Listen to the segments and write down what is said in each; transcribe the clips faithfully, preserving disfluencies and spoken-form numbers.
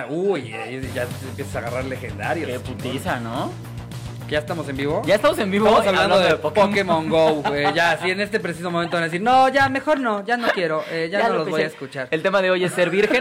uy, ya empiezas a agarrar legendarios. Qué putiza, ¿no? ¿Ya estamos en vivo? Ya estamos en vivo. Estamos hablando, hablando de, de Pokémon, Pokémon Go. Eh, ya, si en este preciso momento van a decir, no, ya, mejor no, ya no quiero, eh, ya, ya no los voy a escuchar. El tema de hoy es ser virgen.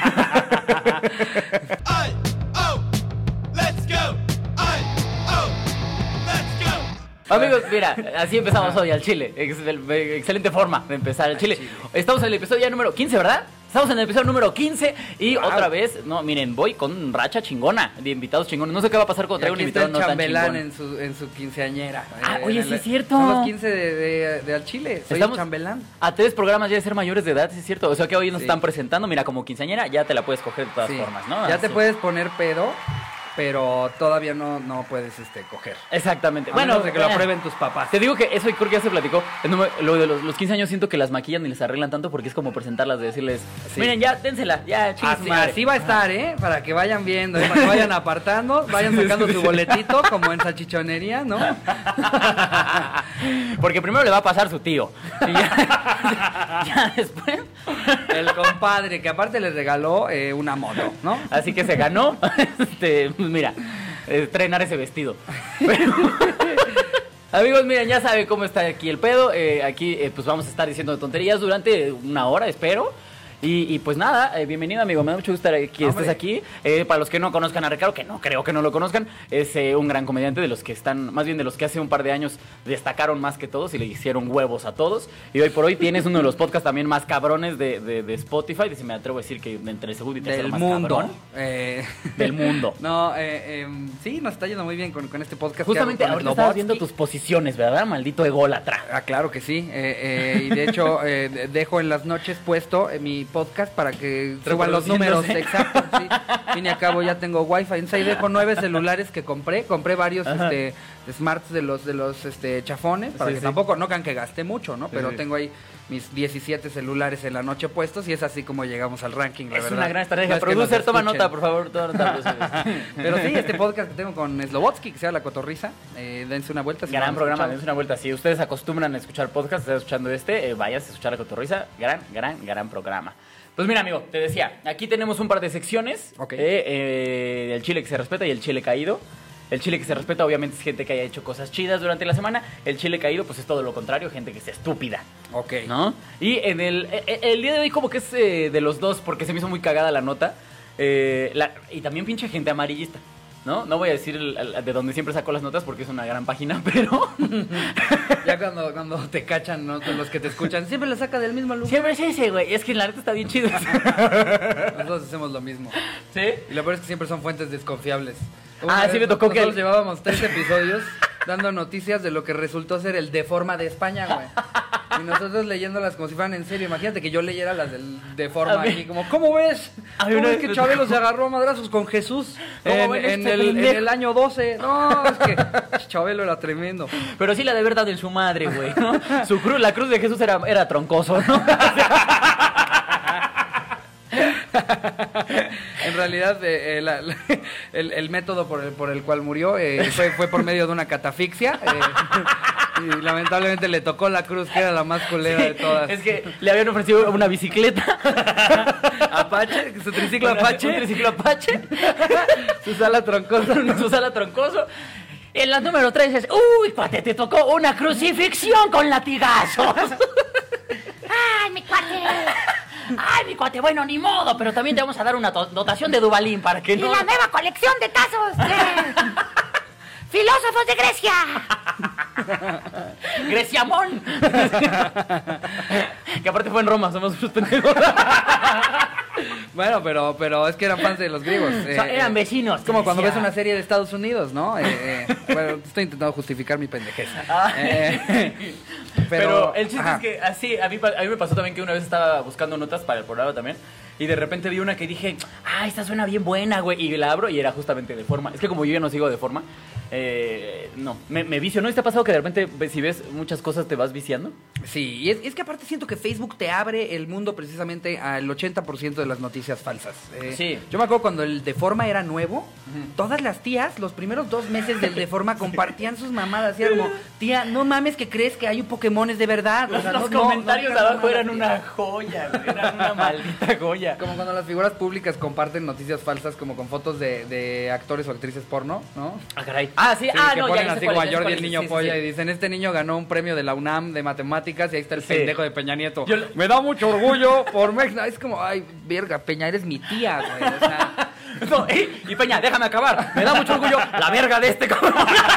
Ay, oh, let's go. Ay, oh, let's go. Amigos, mira, así empezamos hoy al Chile. Excel, excelente forma de empezar el Chile. Chile. Estamos en el episodio ya número quince, ¿verdad? Estamos en el episodio número quince y wow. otra vez, no, miren, voy con racha chingona de invitados chingones. No sé qué va a pasar cuando traiga un invitado no tan chingón. En su, en su quinceañera. Ah, eh, oye, sí el, es cierto. Son los quince de, de, de al Chile. Soy Estamos chambelán. A tres programas ya de ser mayores de edad, sí es cierto. O sea que hoy nos sí. están presentando, mira, como quinceañera ya te la puedes coger de todas sí. formas, ¿no? Ya Así. te puedes poner pedo, pero todavía no, no puedes este, coger. Exactamente. A bueno, de que lo aprueben tus papás. Te digo que eso creo que ya se platicó. Lo de los, los quince años siento que las maquillan y les arreglan tanto porque es como presentarlas, de decirles, sí. miren, ya, dénsela, ya, chicos. Así, así va a estar, ¿eh? Para que vayan viendo, ¿eh? Para que vayan apartando, vayan sacando su boletito, como en salchichonería, ¿no? Porque primero le va a pasar su tío. Y ya, ya después... El compadre, que aparte les regaló eh, una moto, ¿no? Así que se ganó, este, mira, estrenar ese vestido. Pero... Amigos, miren, ya saben cómo está aquí el pedo. Eh, aquí eh, pues vamos a estar diciendo tonterías durante una hora, espero. Y, y pues nada, eh, bienvenido amigo, me da mucho gusto estar aquí, Hombre. estés aquí. Eh, para los que no conozcan a Ricardo, que no creo que no lo conozcan, es eh, un gran comediante de los que están, más bien de los que hace un par de años destacaron más que todos y le hicieron huevos a todos. Y hoy por hoy tienes uno de los podcasts también más cabrones de, de, de Spotify, si me atrevo a decir que entre el segundo y tercero del más mundo. cabrón. Eh, del mundo. No, eh, eh, sí, nos está yendo muy bien con, con este podcast. Justamente ahorita estabas viendo tus posiciones, ¿verdad? Maldito ególatra. Ah, claro que sí. Eh, eh, y de hecho, eh, dejo en las noches puesto en mi podcast para que suban los números, exacto, sí. Fin y a cabo ya tengo wifi, entonces ahí dejo nueve celulares que compré, compré varios Ajá. este smarts de los de los este chafones, para sí, que sí. tampoco, no crean que gasté mucho, ¿no? Pero sí, sí. tengo ahí mis diecisiete celulares en la noche puestos y es así como llegamos al ranking, la es verdad. una gran estrategia. No Producer, toma nota, por favor, toma nota. Pero sí, este podcast que tengo con Slobotsky, que se llama La Cotorriza, eh, dense una vuelta. Si gran no programa, dense una vuelta. Si ustedes acostumbran a escuchar podcasts, están escuchando este, eh, vayas a escuchar La Cotorriza. Gran, gran, gran programa. Pues mira, amigo, te decía, aquí tenemos un par de secciones. Okay. Eh, eh, el chile que se respeta y el chile caído. El chile que se respeta obviamente es gente que haya hecho cosas chidas durante la semana. El chile caído pues es todo lo contrario, gente que sea estúpida. Ok. ¿No? Y en el, el, el día de hoy como que es eh, de los dos, porque se me hizo muy cagada la nota. Eh, la, y también pinche gente amarillista. ¿No? No voy a decir el, el, de donde siempre saco las notas porque es una gran página, pero... Ya cuando, cuando te cachan, ¿no? Los que te escuchan, siempre lo saca del mismo lugar. Siempre es ese, güey. Es que la neta está bien chido. Nosotros hacemos lo mismo. ¿Sí? Y lo peor es que siempre son fuentes desconfiables. Una ah, sí me tocó que... Nosotros llevábamos tres episodios dando noticias de lo que resultó ser el Deforma de España, güey. Y nosotros leyéndolas como si fueran en serio. Imagínate que yo leyera las del Deforma aquí, como, ¿cómo ves? ¿Cómo ves que Chabelo se agarró a madrazos con Jesús en, en, el, en el año doce? No, es que Chabelo era tremendo. Pero sí la de verdad en su madre, güey, ¿no? Su cruz, la cruz de Jesús era, era troncoso, ¿no? En realidad, eh, la, la, el, el método por el, por el cual murió eh, fue, fue por medio de una catafixia. Eh, y lamentablemente le tocó la cruz, que era la más culera sí, de todas. Es que le habían ofrecido una bicicleta. Apache, su triciclo Apache. Un triciclo Apache. Su sala troncoso. Su sala troncoso. En la número tres es, uy, cuate, te tocó una crucifixión con latigazos. ¡Ay, mi cuate! Ay, mi cuate, bueno, ni modo, pero también te vamos a dar una dotación de Dubalín para que y no... Y la nueva colección de tazos de... ¡Filósofos de Grecia! ¡Greciamón! Que aparte fue en Roma, somos unos pendejos. Bueno, pero, pero es que eran fans de los griegos. O sea, eh, eran vecinos. Es como cuando ves una serie de Estados Unidos, ¿no? Eh, eh, bueno, estoy intentando justificar mi pendejez. Ah, eh, pero, pero el chiste ajá. es que así, a mí, a mí me pasó también que una vez estaba buscando notas para el programa también. Y de repente vi una que dije, ah, esta suena bien buena, güey. Y la abro y era justamente de forma. Es que como yo ya no sigo de forma, Eh, no, me, me vicio. ¿No te ha pasado que de repente, si ves muchas cosas, te vas viciando? Sí, y es, es que aparte siento que Facebook te abre el mundo precisamente al ochenta por ciento de las noticias falsas. Eh, Sí. Yo me acuerdo cuando el Deforma era nuevo, todas las tías, los primeros dos meses del Deforma compartían sus mamadas. Y era como, tía, no mames que crees que hay un Pokémones de verdad. O Los, sea, los no- no- comentarios no digas abajo mamadas, eran tía. una joya, güey, eran una maldita joya. Como cuando las figuras públicas comparten noticias falsas como con fotos de, de actores o actrices porno, ¿no? Ah, caray. Ah, sí, Sí, ah, que no, ponen ya, ya sé así cuál como es, a ya sé Jordi cuál el es, niño sí, sí, polla sí. y dicen, este niño ganó un premio de la UNAM de matemáticas y ahí está el Sí. pendejo de Peña Nieto. Yo le- Me da mucho orgullo por México. Es como, ay, verga, Peña, eres mi tía, güey. O sea, No, ey, y Peña, déjame acabar. Me da mucho orgullo la verga de este cabrón.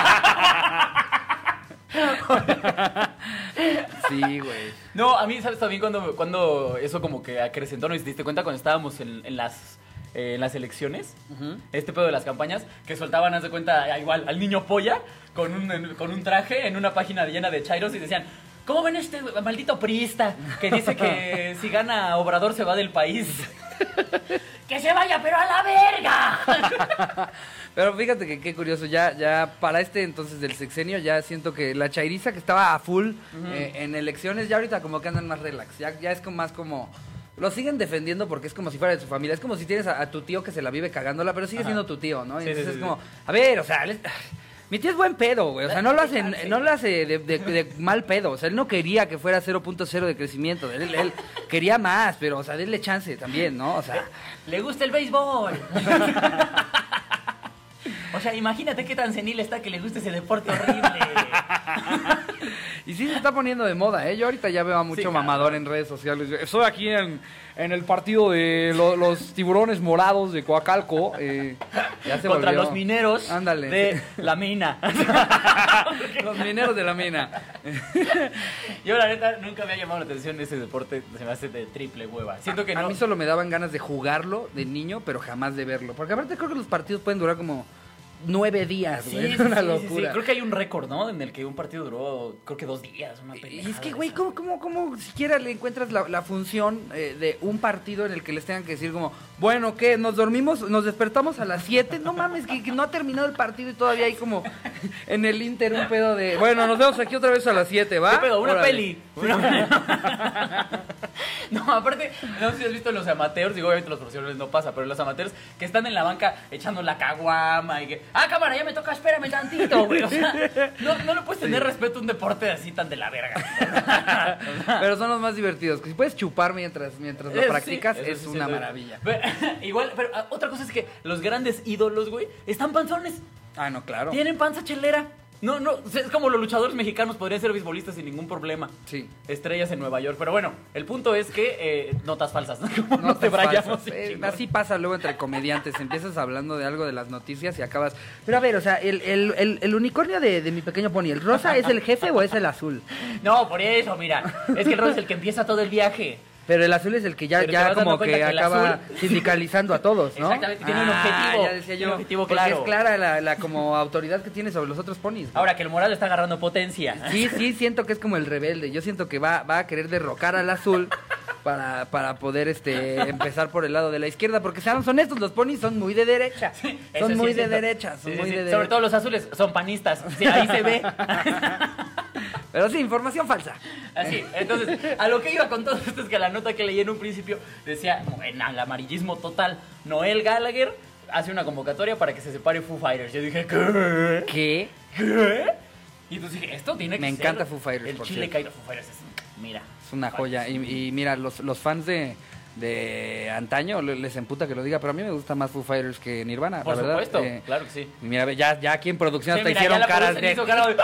sí, güey. No, a mí, ¿sabes también cuando, cuando eso como que acrecentó? ¿No te diste cuenta cuando estábamos en, en las eh, en las elecciones? Este pedo de las campañas, que soltaban, haz de cuenta, ah, igual, al niño polla con un, en- con un traje en una página llena de chairos y decían... ¿Cómo ven este maldito priista que dice que si gana Obrador se va del país? ¡Que se vaya, pero a la verga! Pero fíjate que qué curioso, ya, ya para este entonces del sexenio ya siento que la chairiza que estaba a full eh, en elecciones, ya ahorita como que andan más relax, ya, ya es como más como... Lo siguen defendiendo porque es como si fuera de su familia, es como si tienes a, a tu tío que se la vive cagándola, pero sigue Ajá. siendo tu tío, ¿no? Y Sí, entonces sí, es sí, como, a ver, o sea, les- mi tío es buen pedo, güey, o sea, no lo hace, no lo hace de, de- de mal pedo, o sea, él no quería que fuera cero punto cero de crecimiento, él, él quería más, pero, o sea, denle chance también, ¿no? O sea... ¡Le gusta el béisbol! O sea, imagínate qué tan senil está que le guste ese deporte horrible. Y sí se está poniendo de moda, ¿eh? Yo ahorita ya veo a mucho Sí, claro. mamador en redes sociales. Estoy aquí en, en el partido de lo- los tiburones morados de Coacalco. eh, ya se Contra volvió- los mineros Ándale. de la mina. Los mineros de la mina. Yo, la neta, nunca me ha llamado la atención ese deporte. Se me hace de triple hueva. Siento que A no. mí solo me daban ganas de jugarlo de niño, pero jamás de verlo. Porque aparte creo que los partidos pueden durar como nueve días, Sí, güey. sí, Es una sí, sí, locura. sí. Creo que hay un récord, ¿no? En el que un partido duró, creo que dos días. Una Y pendejada es que, de güey, esas. ¿cómo, cómo, cómo siquiera le encuentras la, la función eh, de un partido en el que les tengan que decir como, bueno, ¿qué? ¿Nos dormimos? ¿Nos despertamos a las siete? No mames, que, que no ha terminado el partido y todavía hay como en el Inter un pedo de, bueno, nos vemos aquí otra vez a las siete, ¿va? ¿Qué pedo? Una Órale. peli. Una- No, aparte, no sé si has visto los amateurs, digo, obviamente los profesionales no pasa, pero los amateurs que están en la banca echando la caguama y que, ah, cámara, ya me toca, espérame tantito, güey. O sea, no, no le puedes tener respeto a un deporte así tan de la verga. Pero son los más divertidos. Que si puedes chupar mientras, mientras lo Eh, sí, practicas, eso es sí una siento- maravilla. Pero, igual, pero ah, otra cosa es que los grandes ídolos, güey, están panzones. Ah, no, claro. Tienen panza chelera. No, no, es como los luchadores mexicanos podrían ser beisbolistas sin ningún problema. Sí. Estrellas en Nueva York. Pero bueno, el punto es que eh, notas falsas, ¿no? Como No nos te debrayamos, falsas. sí, Eh, chingón. así pasa luego entre comediantes. Empiezas hablando de algo de las noticias y acabas. Pero a ver, o sea, el, el, el, el unicornio de, de mi pequeño pony, ¿el rosa es el jefe o es el azul? No, por eso, mira. Es que el rosa es el que empieza todo el viaje. Pero el azul es el que ya, Pero te ya vas dando como cuenta que que el acaba azul- sindicalizando a todos, ¿no? Exactamente, tiene un objetivo, Ya decía tiene yo, un objetivo porque claro. es clara la, la como autoridad que tiene sobre los otros ponis. güey. Ahora que el morado está agarrando potencia. Sí, sí, siento que es como el rebelde. Yo siento que va, va a querer derrocar al azul para, para poder este empezar por el lado de la izquierda. Porque seamos honestos, los ponis son muy de derecha. Eso son sí muy es de cierto. derecha. Son Sí, sí, muy sí. de Sobre derecha. todo los azules son panistas. Sí, ahí se ve. Pero sí, información falsa. Así, entonces, a lo que iba con todo esto es que la nota que leí en un principio decía, en el amarillismo total, Noel Gallagher hace una convocatoria para que se separe Foo Fighters. Yo dije, ¿qué? ¿Qué? ¿Qué? Y entonces dije, esto tiene que Me ser... encanta Foo Fighters, El por chile cierto. caído Foo Fighters es, mira. Es una joya. Y, y mira, los, los fans de, de antaño le- les emputa que lo diga, pero a mí me gusta más Foo Fighters que Nirvana, Por la verdad. supuesto, Eh, claro que sí. Mira, ve, ya, ya aquí en producción Sí, hasta mira, hicieron ya la caras producción de... hizo cara de-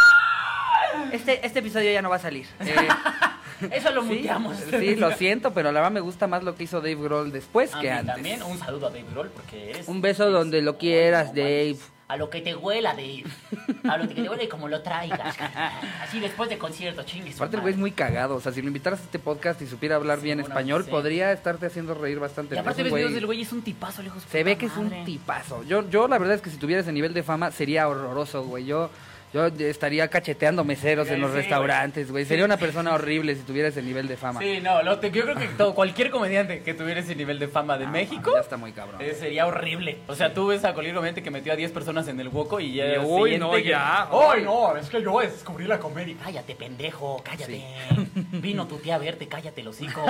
Este, este episodio ya no va a salir. Eh, Eso lo sí, muteamos. sí, lo siento, pero la verdad me gusta más lo que hizo Dave Grohl después A que mí antes. también, un saludo a Dave Grohl porque eres... Un beso donde lo quieras, Dave. A lo que te huela, Dave. A lo que te huela y como lo traigas. Así después de concierto, chingues. Aparte el güey es muy cagado, o sea, si lo invitaras a este podcast y supiera hablar bien Seguramente español, sí. podría estarte haciendo reír bastante. Y aparte Es ves un videos güey- del güey, es un tipazo, lejos. Se ve que es un tipazo. Yo, yo la verdad es que si tuviera ese nivel de fama sería horroroso, güey. Yo, Yo estaría cacheteando meseros en los Sí, restaurantes, güey. güey. Sería Sí. una persona horrible si tuviera ese nivel de fama. Sí, no, lo te- yo creo que todo, cualquier comediante que tuviera ese nivel de fama de Ah, México ya está muy cabrón. eh, sería horrible. O sea, tú ves a cualquier comediante que metió a diez personas en el hueco y ya... Y, el uy, siguiente no, que- ya. ¡Ay, no! Es que yo descubrí la comedia. Cállate, pendejo, cállate. Vino tu tía a verte, cállate, el hocico.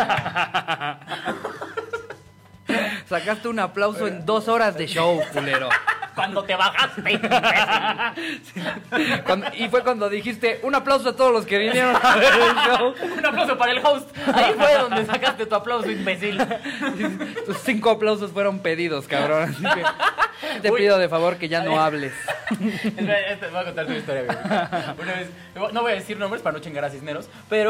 Sacaste un aplauso en dos horas de show, culero. Cuando te bajaste, imbécil. Cuando- y fue cuando dijiste, un aplauso a todos los que vinieron a ver el show. Un aplauso para el host. Ahí fue donde sacaste tu aplauso, imbécil. Tus cinco aplausos fueron pedidos, cabrón. Así que te Uy. pido de favor que ya no hables. Espera, este, voy a contar tu historia, güey. Una vez, no voy a decir nombres para no chingar a cisneros, pero...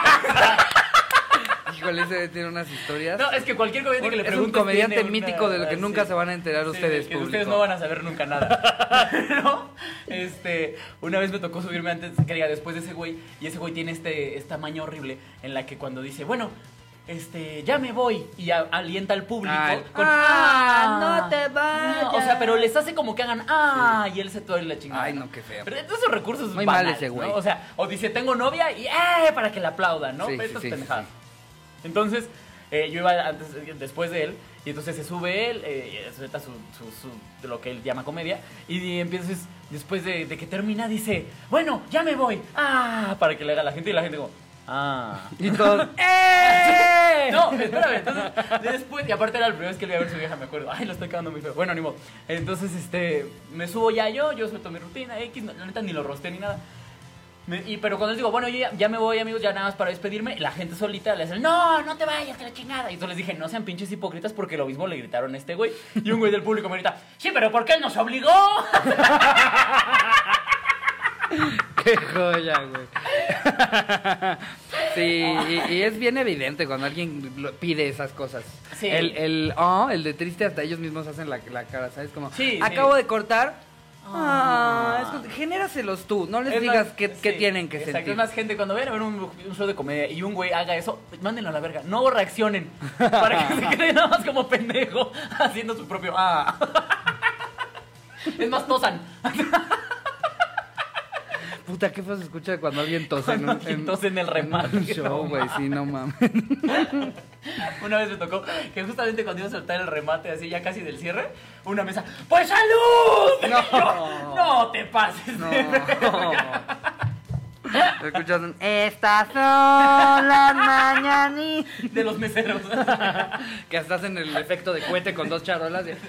Híjole, ese tiene unas historias. No, es que cualquier comediante que le Es un preguntes comediante tiene una- mítico del que nunca sí. se van a enterar Sí, ustedes, que público. ustedes no van a saber nunca nada. Pero, este, una vez me tocó subirme antes, que diga, después de ese güey, y ese güey tiene este, esta maña horrible en la que cuando dice, bueno, este, ya me voy, y a- alienta al público Ah, con, ah, no te vayas. O sea, pero les hace como que hagan, ah, y él se todo la chingada. Ay, no, qué feo. Pero esos recursos Muy mal banales, ese güey. ¿no? O sea, o dice, tengo novia, y eh, para que la aplaudan, ¿no? Sí, Pero sí, estas sí, pendejadas. sí. Entonces, eh, yo iba antes, después de él, y entonces se sube él, eh, suelta su, su, su- lo que él llama comedia, y entonces, después de, de que termina, dice, bueno, ya me voy, ah, para que le haga a la gente, y la gente como, ah. Y todos, ¡eh! No, espérame, entonces, después, y aparte era la primera vez que él iba a ver a su vieja, me acuerdo, ay, lo estoy quedando muy feo, bueno, ni modo. Entonces, este, me subo ya yo, yo suelto mi rutina, X, no, la neta ni lo rosté ni nada. Me- y, pero cuando les digo, bueno, yo ya, ya me voy, amigos, ya nada más para despedirme, la gente solita le hace, no, no te vayas, que la chingada. Y entonces les dije, no sean pinches hipócritas porque lo mismo le gritaron a este güey. Y un güey del público me grita, sí, pero ¿por qué él nos obligó? ¡Qué joya, güey! Sí, y, y es bien evidente cuando alguien lo- pide esas cosas. Sí. El, el, oh, el de triste, hasta ellos mismos hacen la, la cara, ¿sabes? Como, Sí, acabo sí. de cortar. Ah, es que- genéraselos tú, no les Es digas más, qué, qué sí, tienen que exacto, sentir. Es más, gente, cuando vayan a ver un, un show de comedia y un güey haga eso, mándenlo a la verga. No reaccionen. Para que se quede nada más como pendejo haciendo su propio ah. Es más, tosan. Puta, qué feo se escucha cuando alguien tose en un, Cuando alguien tose en el remate, en un show, no güey, mames. sí, no mames. Una vez me tocó que justamente cuando iba a soltar el remate así ya casi del cierre, una mesa, ¡pues salud! No. Y yo, no te pases. No. de verga". Escuchas un, estas son las mañanitas. De los meseros. Que hasta hacen el efecto de cohete con dos charolas. de-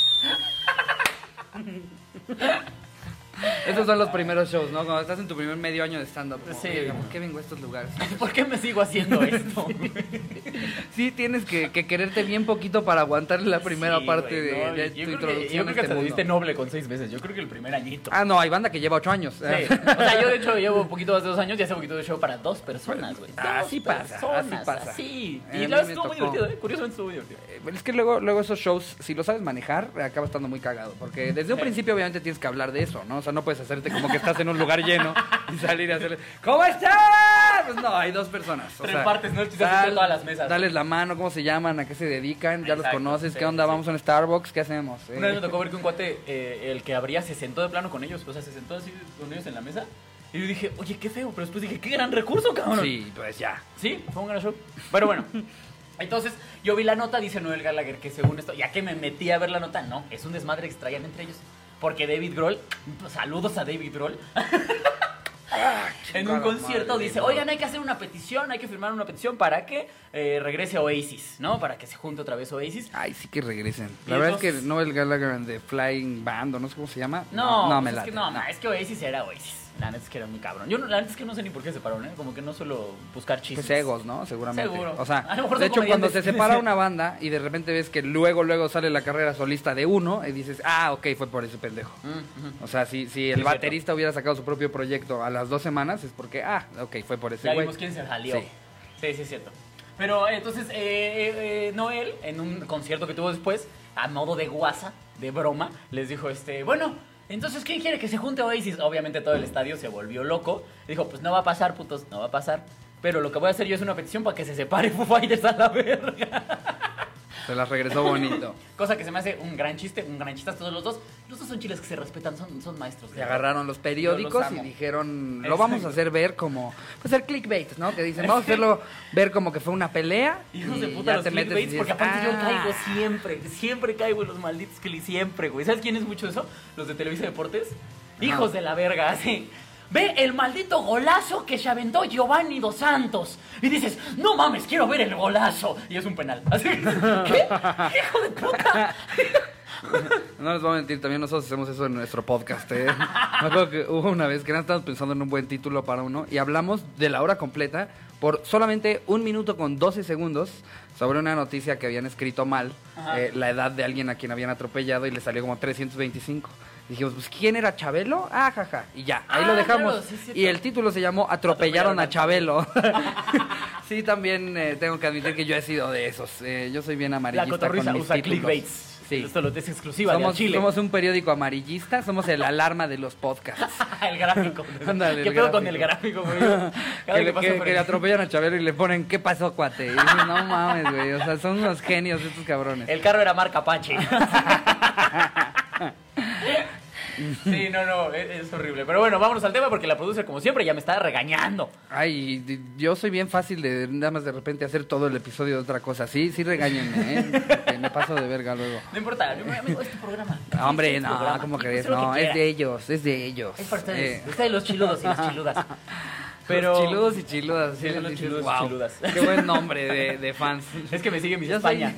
Esos son los primeros shows, ¿no? Cuando estás en tu primer medio año de stand-up. como, Sí. "Verga, ¿por qué vengo a estos lugares? ¿Por qué me sigo haciendo esto? Sí, tienes que, que quererte bien poquito para aguantar la primera Sí, parte güey, de, no, de yo tu creo que- introducción Yo creo a que este te diste mundo. noble con seis meses. Yo creo que el primer añito. Ah, no, hay banda que lleva ocho años. Sí. O sea, yo de hecho llevo un poquito más de dos años y hace poquito de show para dos personas, güey. Dos Así pasa, personas, así pasa. así. A Y mí la verdad me estuvo muy tocó. divertido, ¿eh? Curiosamente estuvo muy divertido. Eh, Es que luego, luego esos shows, si lo sabes manejar, acaba estando muy cagado. Porque desde un Sí. principio obviamente tienes que hablar de eso, ¿no? O sea, no puedes hacerte como que estás en un lugar lleno y salir a hacerle, ¿cómo estás? Pues no, hay dos personas. O Tres sea, partes, ¿no? El chiste es hacer todas las mesas. Dales la mano, ¿cómo se llaman? ¿A qué se dedican? ¿Ya los Exacto, conoces? sí, ¿Qué onda? sí. ¿Vamos a un Starbucks? ¿Qué hacemos? Eh, Una vez me tocó ver que un cuate, eh, el que abría, se sentó de plano con ellos. O sea, se sentó así con ellos en la mesa. Y yo dije, oye, qué feo. Pero después dije, qué gran recurso, cabrón. Sí, pues ya. Sí, fue un gran show. Pero bueno. Entonces, yo vi la nota, dice Noel Gallagher, que según esto, ya que me metí a ver la nota, no, es un desmadre que se traían entre ellos. Porque David Grohl, saludos a David Grohl, en un chingada concierto madre, dice, David oigan, hay que hacer una petición, hay que firmar una petición para que eh, regrese Oasis, ¿no? Para que se junte otra vez Oasis. Ay, sí que regresen. Y La verdad es entonces- que Noel Gallagher and the Flying Band, o no sé cómo se llama. No, no pues me es late. que no, no, es que Oasis era Oasis. La neta es que era muy cabrón. Yo no- la neta es que no sé ni por qué se separaron, ¿eh? Como que no suelo buscar chismes. Pues egos, ¿no? Seguramente. Seguro. O sea, A lo mejor de son hecho, cuando se comediantes. separa una banda y de repente ves que luego, luego sale la carrera solista de uno y dices, ah, ok, fue por ese pendejo. Mm, ujú. O sea, si, si Sí, el es baterista hubiera sacado su propio proyecto a las dos semanas es porque, ah, ok, fue por ese Ya güey. vimos quién se salió. Sí. Sí, sí, es cierto. Pero eh, entonces, eh, eh, eh, Noel, en un concierto que tuvo después, a modo de guasa, de broma, les dijo, este, bueno, entonces, ¿quién quiere que se junte a Oasis? Obviamente todo el estadio se volvió loco. Dijo, pues no va a pasar, putos, no va a pasar. Pero lo que voy a hacer yo es una petición para que se separe Foo Fighters a la verga. Se las regresó bonito. Cosa que se me hace un gran chiste, un gran chiste todos los dos. Los dos son chiles que se respetan, son, son maestros. Se agarraron los periódicos Yo los y amo. dijeron, lo Exacto. vamos a hacer ver como, pues el clickbait, ¿no? Que dicen, vamos a hacerlo ver como que fue una pelea. Hijos y de puta ya los te metes y clickbaits, dices, porque aparte yo "Ah". caigo siempre, siempre caigo en los malditos clics, siempre, güey. ¿Sabes quién es mucho eso? Los de Televisa Deportes. Hijos de la verga, así. Ve el maldito golazo que se aventó Giovanni Dos Santos. Y dices, no mames, quiero ver el golazo. Y es un penal. Así que, ¿qué? ¡Hijo de puta! No les voy a mentir, también nosotros hacemos eso en nuestro podcast. ¿eh? Me acuerdo que hubo una vez que no estábamos pensando en un buen título para uno y hablamos de la hora completa por solamente un minuto con doce segundos sobre una noticia que habían escrito mal, eh, la edad de alguien a quien habían atropellado y le salió como trescientos veinticinco. Dijimos, pues, ¿quién era Chabelo? Ah, jaja. Y ya, ahí Ah, lo dejamos. claro, sí, es cierto. Y el título se llamó Atropellaron, Atropellaron a a Chabelo. Sí, también eh, tengo que admitir que yo he sido de esos. Eh, yo soy bien La amarillista cotorriza con mis usa títulos. clickbaits. Sí. Esto lo es exclusiva de Somos, Al Chile. somos un periódico amarillista, somos el alarma de los podcasts. El gráfico. Ándale, ¿Qué el pedo con gráfico. el gráfico, güey? Cada Que, vez le- paso que- por que le ahí. atropellan a Chabelo y le ponen, ¿qué pasó, cuate? Y dices, no mames, güey. O sea, son unos genios estos cabrones. El carro era marca Apache. Sí, no, no, es, es horrible. Pero bueno, vámonos al tema porque la producer, como siempre, ya me está regañando. Ay, di- yo soy bien fácil de nada más de repente hacer todo el episodio de otra cosa. Sí, sí, regáñenme, ¿eh? Porque me paso de verga luego. No importa, amigo, es tu programa. Ah, Hombre, Es tu no, programa. ¿cómo Y crees? haz lo que No, es quieras. de ellos, es de ellos. Es para ustedes. Eh, Ustedes los chiludos y las chiludas. Pero... Los chiludos y chiludas. Sí, Sí, son los dices, chiludos y "Wow, chiludas". Qué buen nombre de, de fans. Es que me sigue mi Yo soy- España.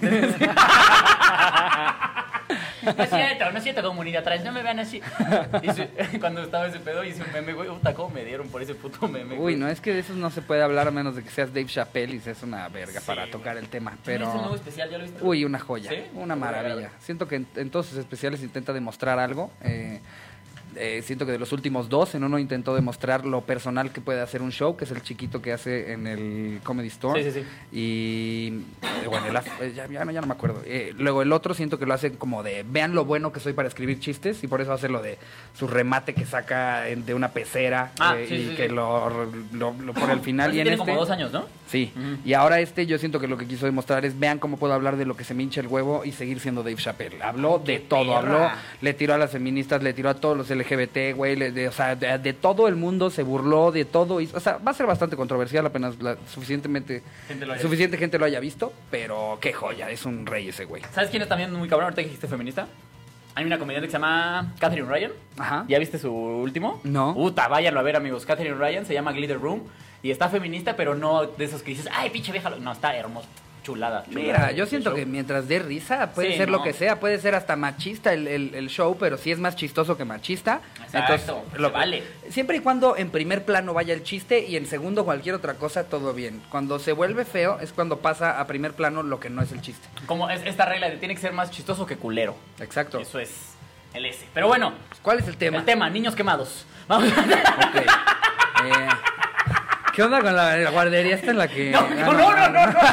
No es cierto, no es cierto, comunidad trans, no me vean así. Hice- cuando estaba ese pedo hice un meme, güey, puta, cómo me dieron por ese puto meme. Uy, güey. no, es que de esos no se puede hablar a menos de que seas Dave Chappelle y seas una verga Sí, para güey. tocar el tema. ¿Tienes un nuevo Pero, especial? ¿Ya lo viste? uy, una joya, ¿Sí? una Lo voy a ver. maravilla. Siento que en, en todos sus especiales intenta demostrar algo. eh, eh, siento que de los últimos dos, en uno intentó demostrar lo personal que puede hacer un show, que es el chiquito que hace en el Comedy Store. Sí, sí, sí. Y eh, bueno, el af- eh, ya, ya no, ya no me acuerdo. Eh, luego el otro siento que lo hace como de, vean lo bueno que soy para escribir chistes, y por eso hace lo de su remate que saca en- de una pecera Ah, eh, sí, y sí, que sí. Lo, lo, lo pone al final. Ese Y en tiene este, como dos años, ¿no? Sí, Ujú. y ahora este yo siento que lo que quiso demostrar es vean cómo puedo hablar de lo que se me hincha el huevo y seguir siendo Dave Chappelle. Habló de todo, perra! habló, le tiró a las feministas, le tiró a todos los L G B T, güey, le- de, o sea, de, de todo el mundo, se burló de todo, y, o sea, va a ser bastante controversial apenas la, suficientemente Gente lo haya suficiente gente lo haya visto, pero qué joya, es un rey ese güey. ¿Sabes quién es también muy cabrón? Ahorita que dijiste feminista. Hay una comediante que se llama Catherine Ryan. Ajá. ¿Ya viste su último? No. Puta, váyanlo a ver, amigos. Catherine Ryan se llama Glitter Room. Y está feminista, pero no de esos que dices, ay, pinche vieja. No, está hermoso. Chulada. chulada Mira, el- yo el siento show. que mientras dé risa, puede Sí, ser no. lo que sea, puede ser hasta machista el, el- el show, pero si es más chistoso que machista, Exacto, se vale. Siempre y cuando en primer plano vaya el chiste y en segundo cualquier otra cosa, todo bien. Cuando se vuelve feo es cuando pasa a primer plano lo que no es el chiste. Como es esta regla de tiene que ser más chistoso que culero. Exacto. Eso es el S. Pero bueno, ¿Cuál es el tema? el tema, niños quemados. Vamos. Ok. Eh, ¿Qué onda con la, la guardería esta en la que... No, Ah, no, no, no, no, no.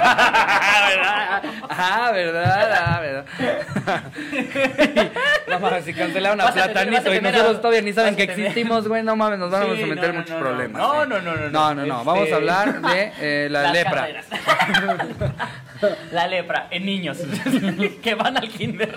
Ah, verdad, ah, verdad. Vamos a ver si cancelaron a Vas a tener- vas Platanito a y tener nosotros a- todavía ni saben vas a que tener- existimos, güey. No mames, nos vamos Sí, a meter no, muchos no, no, problemas. no, eh. no, no, no, no. No, no, no. Este- Vamos a hablar de eh, la Las lepra. carreras. La lepra en niños que van al kinder.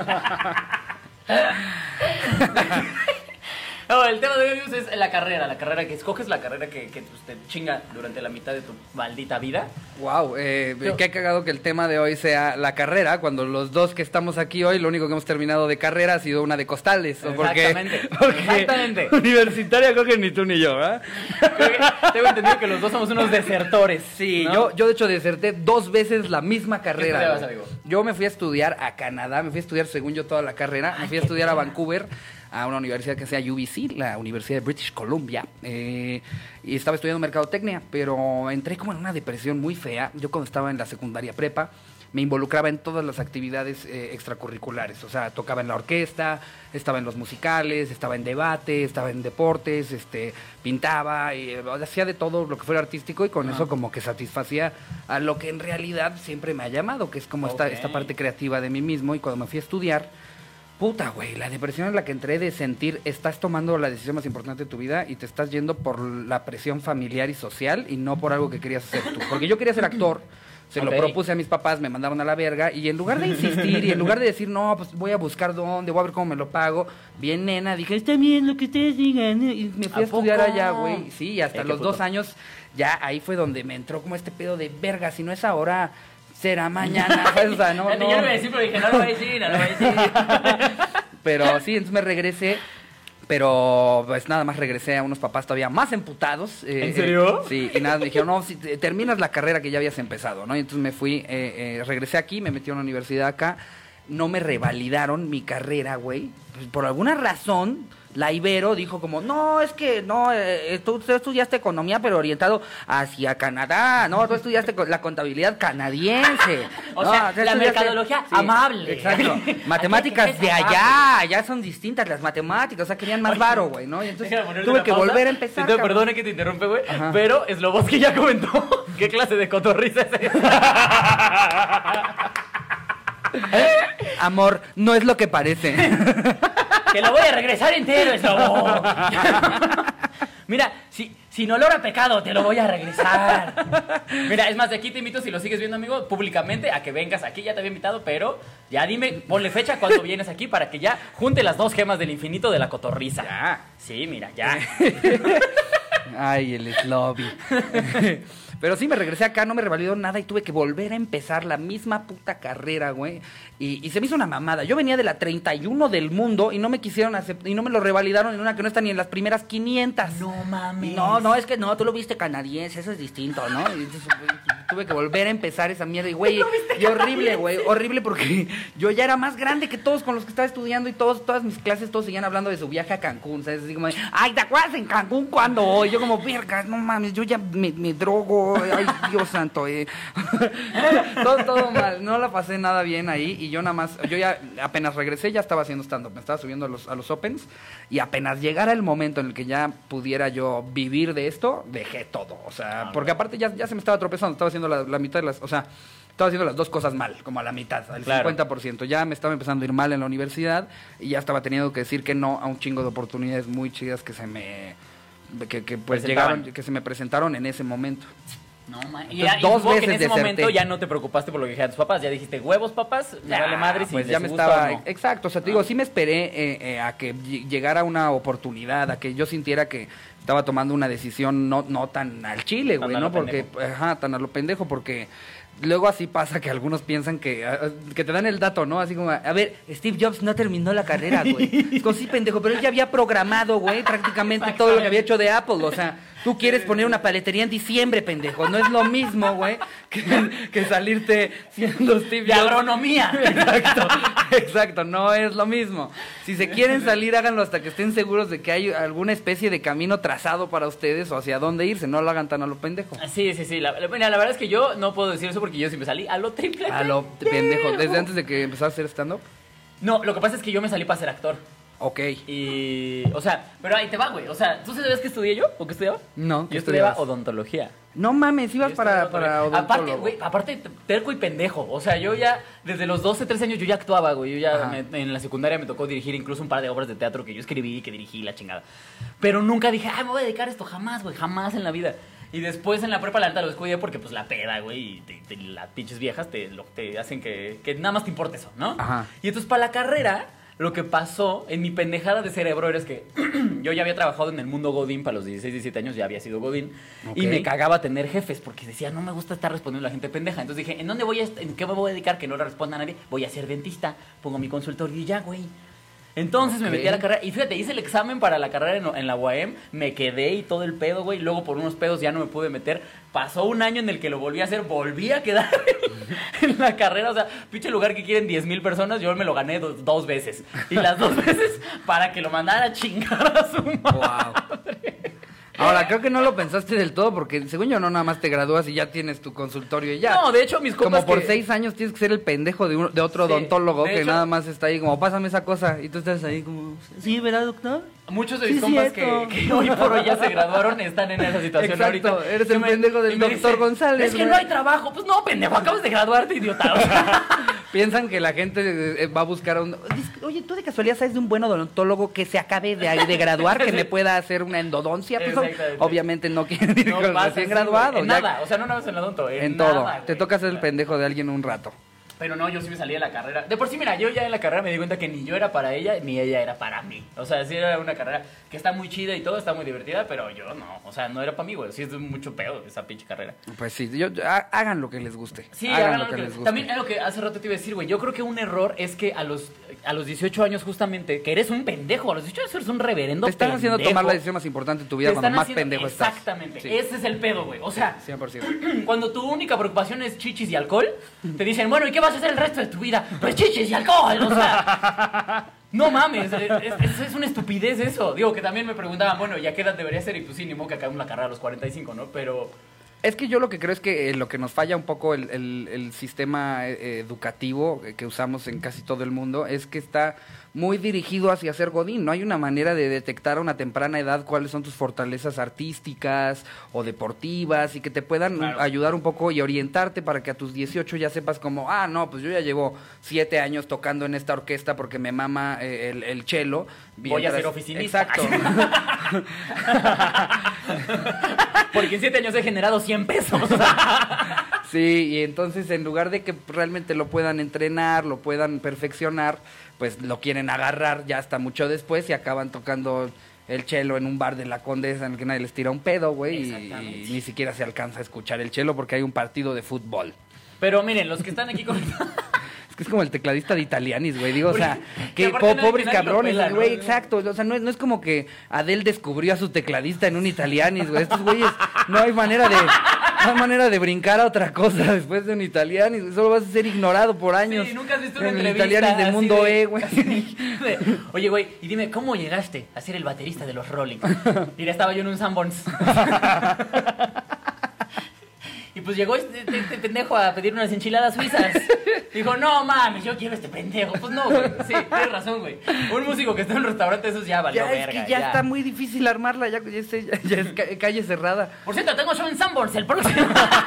No, el tema de hoy amigos, es la carrera, la carrera que escoges, la carrera que, que pues, te chinga durante la mitad de tu maldita vida. Wow, eh, Yo- qué cagado que el tema de hoy sea la carrera, cuando los dos que estamos aquí hoy, lo único que hemos terminado de carrera ha sido una de costales. ¿O porque- Exactamente, porque exactamente. Universitaria creo que ni tú ni yo, ¿verdad? Creo que tengo entendido que los dos somos unos desertores. Sí, ¿no? yo, yo de hecho deserté dos veces la misma carrera. estudiabas, güey. amigo? Yo me fui a estudiar a Canadá, me fui a estudiar según yo toda la carrera, me fui a estudiar a Vancouver, a una universidad que se llama U B C, la Universidad de British Columbia, eh, y estaba estudiando mercadotecnia, pero entré como en una depresión muy fea. Yo cuando estaba en la secundaria prepa, me involucraba en todas las actividades eh, extracurriculares, o sea, tocaba en la orquesta, estaba en los musicales, estaba en debate, estaba en deportes, este, pintaba, y, eh, hacía de todo lo que fuera artístico y con eso como que satisfacía a lo que en realidad siempre me ha llamado, que es como esta, Ok. esta parte creativa de mí mismo. Y cuando me fui a estudiar, puta, güey, la depresión en la que entré de sentir estás tomando la decisión más importante de tu vida y te estás yendo por la presión familiar y social y no por algo que querías hacer tú. Porque yo quería ser actor, Se Ok. lo propuse a mis papás, me mandaron a la verga. Y en lugar de insistir y en lugar de decir, no, pues voy a buscar dónde, voy a ver cómo me lo pago, bien nena, dije, está bien lo que ustedes digan. Y me fui ¿A a, estudiar poco? allá, güey. Sí, y hasta Eh, qué los puto. dos años, ya ahí fue donde me entró como este pedo de verga. Si no es ahora, será mañana. ¿Sabes? O sea, no, Ya no. te- ya lo iba a decir, pero dije, no lo voy a decir, no lo voy a decir. Pero sí, entonces me regresé. Pero pues nada más regresé a unos papás todavía más emputados. eh, ¿En serio? eh, sí, y nada, me dijeron, no, si te- terminas la carrera que ya habías empezado, ¿no? Y entonces me fui, eh, eh, regresé aquí, me metí a una universidad acá. No me revalidaron mi carrera, güey. Pues, por alguna razón, la Ibero dijo como, no, es que no, eh, tú, tú estudiaste economía, pero orientado hacia Canadá. No, tú estudiaste con la contabilidad canadiense. O No, sea, tú la estudiaste- mercadología amable. Exacto. Matemáticas de allá, ya son distintas las matemáticas, o sea, querían más varo, güey, ¿no? Y entonces Déjame ponerte tuve una que pausa. volver a empezar. Entonces, cabrón. perdone que te interrumpe, güey, Ajá. pero Sloboski ya comentó qué clase de cotorriza es esa. Amor, no es lo que parece. Que lo voy a regresar entero, Slobo. Mira, si, sin olor a pecado, te lo voy a regresar. Mira, es más, de aquí te invito, si lo sigues viendo, amigo, públicamente, a que vengas aquí. Ya te había invitado, pero ya dime, ponle fecha cuando vienes aquí para que ya junte las dos gemas del infinito de la cotorriza. Ya. Sí, mira, ya. Ay, el Slobby. Pero sí, me regresé acá, no me revalidó nada y tuve que volver a empezar la misma puta carrera, güey. Y, y se me hizo una mamada. Yo venía de la treinta y uno del mundo y no me quisieron aceptar, y no me lo revalidaron en una que no está ni en las primeras quinientas. No mames. No, no, es que no, tú lo viste canadiense, eso es distinto, ¿no? Y entonces, güey, tuve que volver a empezar esa mierda y, güey, y horrible, güey, horrible porque yo ya era más grande que todos con los que estaba estudiando y todos, todas mis clases, todos seguían hablando de su viaje a Cancún, ¿sabes? Así como de, ay, ¿te acuerdas en Cancún cuándo? Y yo como, verga, no mames, yo ya me, me drogo, ay, Dios santo, eh. todo, todo mal, no la pasé nada bien ahí y yo nada más, yo ya apenas regresé ya estaba haciendo stand-up, me estaba subiendo a los, a los opens y apenas llegara el momento en el que ya pudiera yo vivir de esto, dejé todo, o sea, porque aparte ya, ya se me estaba tropezando, estaba haciendo la, la mitad de las, o sea, estaba haciendo las dos cosas mal, como a la mitad, al Claro. cincuenta por ciento. Ya me estaba empezando a ir mal en la universidad y ya estaba teniendo que decir que no a un chingo de oportunidades muy chidas que se me que, que pues Presentaban. llegaron, que se me presentaron en ese momento. No, man. Y, Entonces, y dos supongo que veces en ese deserté. momento ya no te preocupaste por lo que dijeron tus papás. Ya dijiste, huevos, papás, me Ya, vale madre si pues les ya me gusta estaba, o no. exacto, o sea, te digo, sí me esperé eh, eh, a que ll- llegara una oportunidad, a que yo sintiera que estaba tomando una decisión no, no tan al chile, Tan güey, a ¿no? lo Porque, pendejo. ajá, tan a lo pendejo, porque luego así pasa que algunos piensan que, ah, que te dan el dato, ¿no? Así como, a ver, Steve Jobs no terminó la carrera, güey. Es como, sí, pendejo, pero él ya había programado, güey, prácticamente todo lo que había hecho de Apple, o sea, tú quieres poner una paletería en diciembre, pendejo, no es lo mismo, güey, que, que salirte siendo Steve De Jobs. agronomía. Exacto, exacto, no es lo mismo. Si se quieren salir, háganlo hasta que estén seguros de que hay alguna especie de camino trazado para ustedes o hacia dónde irse, no lo hagan tan a lo pendejo. Sí, sí, sí. La, la- mira, la verdad es que yo no puedo decir eso porque yo sí me salí a lo triple. A lo pendejo, desde antes de que empezaras a hacer stand-up. No, lo que pasa es que yo me salí para ser actor. Ok. Y, o sea, pero ahí te va, güey. O sea, ¿tú sabes qué estudié yo? ¿O qué estudiaba? No, ¿qué Yo estudiaba estudiabas? odontología. No mames, ibas Yo para, estudiaba para odontología. Aparte, odontólogo. güey, aparte terco y pendejo. O sea, yo ya, desde los doce, trece años, yo ya actuaba, güey. Yo ya Ajá. me- en la secundaria me tocó dirigir incluso un par de obras de teatro que yo escribí y que dirigí, la chingada. Pero nunca dije, ay, me voy a dedicar a esto. Jamás, güey, jamás en la vida. Y después en la prepa la neta lo descuidé porque pues la peda, güey, y te- te- las pinches viejas te, lo, te hacen que, que nada más te importe eso, ¿no? Ajá. Y entonces para la carrera, lo que pasó en mi pendejada de cerebro era es que yo ya había trabajado en el mundo Godín para los dieciséis, diecisiete años, ya había sido Godín. Y Ok. me cagaba tener jefes porque decía, no me gusta estar respondiendo a la gente pendeja. Entonces dije, ¿en dónde voy a, est- en qué me voy a dedicar que no le responda a nadie? Voy a ser dentista, pongo mi consultorio y ya, güey. Entonces me Ok. metí a la carrera y fíjate, hice el examen para la carrera en, en la U A M, me quedé y todo el pedo, güey. Luego por unos pedos ya no me pude meter. Pasó un año en el que lo volví a hacer, volví a quedar en, en la carrera. O sea, pinche lugar que quieren diez mil personas, yo me lo gané do- dos veces. Y las dos veces para que lo mandara a chingar a su madre. Wow. Ahora, creo que no lo pensaste del todo porque según yo no nada más te gradúas y ya tienes tu consultorio y ya. No, de hecho mis compas Como por que- seis años tienes que ser el pendejo de, un- de otro Sí, odontólogo de que hecho- nada más está ahí como, pásame esa cosa. Y tú estás ahí como, ¿sí, verdad, doctor? Muchos de Sí, mis compas cierto. que, que hoy por hoy ya se graduaron están en esa situación Exacto, ahorita. eres Que el pendejo del y me doctor González, Es que güey". no hay trabajo. Pues no, pendejo, acabas de graduarte, idiota. O sea, Piensan que la gente eh, va a buscar a un... Oye, ¿tú de casualidad sabes de un buen odontólogo que se acabe de, de graduar, que me pueda hacer una endodoncia? Pues, obviamente no quieren ir No con el pasa, recién sí, graduado. güey. En ya- nada, o sea, no nada más en la odonto, en, En todo. nada, Te güey. toca ser el pendejo de alguien un rato. Pero no, yo sí me salí de la carrera. De por sí, mira, yo ya en la carrera me di cuenta que ni yo era para ella, ni ella era para mí. O sea, sí era una carrera que está muy chida y todo, está muy divertida, pero yo no. O sea, no era para mí, güey. Sí es mucho pedo esa pinche carrera. Pues sí, yo, ha- hagan lo que les guste. Sí, hagan hagan lo que que- les guste. También es lo que hace rato te iba a decir, güey. Yo creo que un error es que a los, a los dieciocho años, justamente, que eres un pendejo. A los dieciocho años eres un reverendo Te están haciendo pendejo. tomar la decisión más importante de tu vida Te cuando están más haciendo- pendejo estás. Exactamente. Sí, Ese es el pedo, güey. O sea, cien por ciento. cuando tu única preocupación es chichis y alcohol, te dicen, bueno, ¿y qué vas a hacer el resto de tu vida? Pues chichis y alcohol, o sea. No mames, es, es- es una estupidez eso. Digo, que también me preguntaban, bueno, ¿y a qué edad debería ser? Y pues sí, ni modo que acabemos la carrera a los cuarenta y cinco, ¿no? Pero... Es que yo lo que creo es que eh, lo que nos falla un poco el, el- el sistema eh, educativo eh, que usamos en casi todo el mundo es que está muy dirigido hacia ser godín. No hay una manera de detectar a una temprana edad cuáles son tus fortalezas artísticas o deportivas y que te puedan Claro. ayudar un poco y orientarte para que a tus dieciocho ya sepas como, ah, no, pues yo ya llevo siete años tocando en esta orquesta porque me mama eh, el, el cello. Voy a Mientras- ser oficinista. Exacto. Porque en siete años he generado cien pesos. Sí, y entonces en lugar de que realmente lo puedan entrenar, lo puedan perfeccionar, pues lo quieren agarrar ya hasta mucho después y acaban tocando el cello en un bar de la Condesa en el que nadie les tira un pedo, güey, y, Exactamente. y ni siquiera se alcanza a escuchar el cello porque hay un partido de fútbol. Pero miren, los que están aquí con... Es que es como el tecladista de Italianis, güey. Digo, o sea, Porque- que que aparte po- nadie- pobres nadie lo cabrones, pela, ¿no? güey, exacto. O sea, no es, no es como que Adele descubrió a su tecladista en un Italianis, güey. Estos güeyes, no hay manera de, no hay manera de brincar a otra cosa después de un Italianis, güey. Solo vas a ser ignorado por años. Sí, nunca has visto una en el entrevista Italianis de así Mundo de- E, güey. así de- Oye, güey, y dime, ¿cómo llegaste a ser el baterista de los Rolling? Y ya estaba yo en un Sanborns. Y pues llegó este, este- este pendejo a pedir unas enchiladas suizas. Dijo, no mames, yo quiero este pendejo. Pues no, güey. Sí, tienes razón, güey. Un músico que está en un restaurante, esos ya valió Ya, es verga. que ya, está muy difícil armarla, ya, ya, sé, ya- ya es ca- calle cerrada. Por cierto, tengo show en Sanborns el próximo.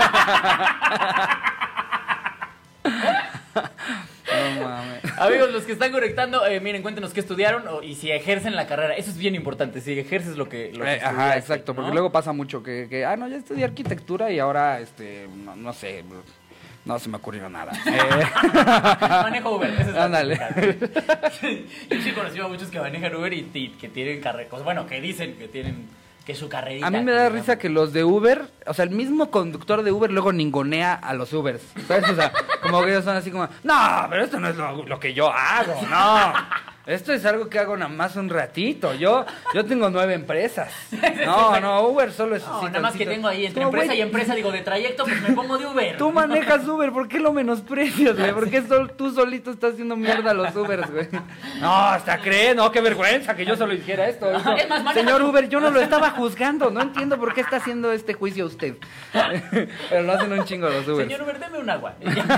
No mames. Amigos, los que están conectando, eh, miren, cuéntenos qué estudiaron o- y si ejercen la carrera. Eso es bien importante, si ejerces lo que, lo que Eh, ajá, estudiaste, exacto, porque ¿no? luego pasa mucho que, que, ah, no, ya estudié arquitectura y ahora, este, no, no sé, no se me ocurrió nada. Eh, Manejo Uber, esa es la Ándale. típica. Yo sí he conocido a muchos que manejan Uber y, y que tienen carreras, bueno, que dicen que tienen, que su carrerita. a mí me da digamos. risa que los de Uber, o sea, el mismo conductor de Uber luego ningonea a los Ubers, ¿sabes? O sea, como que ellos son así como, no, pero esto no es lo, lo que yo hago, no. Esto es algo que hago nada más un ratito. Yo yo tengo nueve empresas. No, no, Uber solo es No, así nada más que tantito. tengo ahí entre Como, empresa güey, y empresa, digo, de trayecto, pues me pongo de Uber. Tú manejas Uber, ¿por qué lo menosprecias, güey? ¿Por qué sol- tú solito estás haciendo mierda a los Ubers, güey? No, hasta crees, no, qué vergüenza que yo solo hiciera esto. Ajá, No, es más, maneja señor tú. Uber, yo no lo estaba juzgando, no entiendo por qué está haciendo este juicio usted. Pero lo hacen un chingo los Ubers. Señor Uber, deme un agua.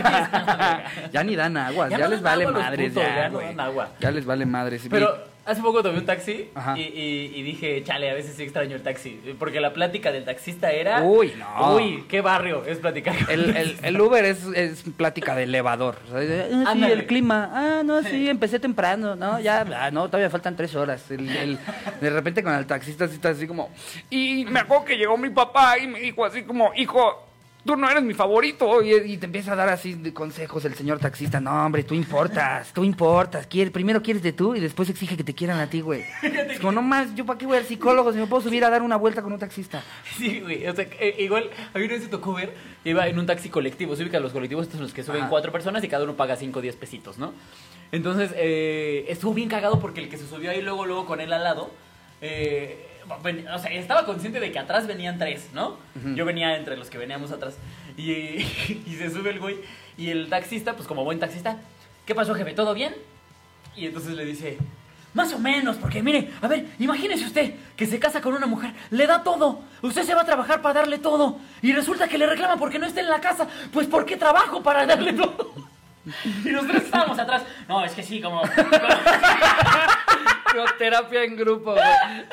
Ya, Ya ni dan aguas, Ya ya, no les dan vale agua los madres, putos, ya, ya no güey. dan agua. Ya les vale madres. Y- Pero hace poco tomé un taxi Ajá. y, y- y dije, chale, a veces sí extraño el taxi. Porque la plática del taxista era... Uy, no. Uy, qué barrio es platicar con El, el, el Uber es, es plática de elevador. O sea, de, ah, sí, Ándale. el clima. Ah, no, sí, empecé temprano. No, ya, ah, no, todavía faltan tres horas. El, el- de repente con el taxista sí está así como... Y me acuerdo que llegó mi papá y me dijo así como, hijo, tú no eres mi favorito. Y, y te empieza a dar así de consejos el señor taxista. No, hombre, tú importas, tú importas. Quiere, primero quieres de tú y después exige que te quieran a ti, güey. Es como, no más, ¿yo para qué voy al psicólogo si me puedo subir a dar una vuelta con un taxista? Sí, güey. O sea, eh, igual, a mí una vez se tocó ver, iba en un taxi colectivo. Se ubican los colectivos, estos son los que suben Ajá. cuatro personas y cada uno paga cinco o diez pesitos, ¿no? Entonces, eh, estuvo bien cagado porque el que se subió ahí luego, luego con él al lado, eh, ven- o sea, estaba consciente de que atrás venían tres, ¿no? Yo venía entre los que veníamos atrás. Y, y se sube el güey. Y el taxista, pues como buen taxista, ¿qué pasó, jefe? ¿Todo bien? Y entonces le dice... Más o menos, porque mire, a ver, imagínese usted que se casa con una mujer, le da todo, usted se va a trabajar para darle todo, y resulta que le reclama porque no está en la casa, pues ¿por qué trabajo para darle todo? Y los tres estábamos atrás, no, es que sí, como... Terapia en grupo, güey.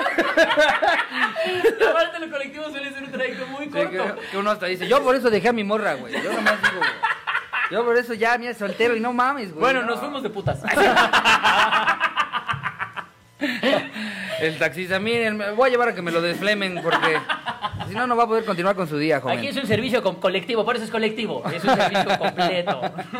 Aparte el colectivo suele ser un trayecto muy Sí, corto. que, que uno hasta dice, yo por eso dejé a mi morra, güey. Yo nomás digo, güey. Yo por eso ya, mira, soltero y no mames, güey. Bueno, no. nos fuimos de putas. El taxista, miren, me voy a llevar a que me lo desflemen porque si no, no va a poder continuar con su día, joven. Aquí es un servicio con colectivo, por eso es colectivo. Es un servicio completo.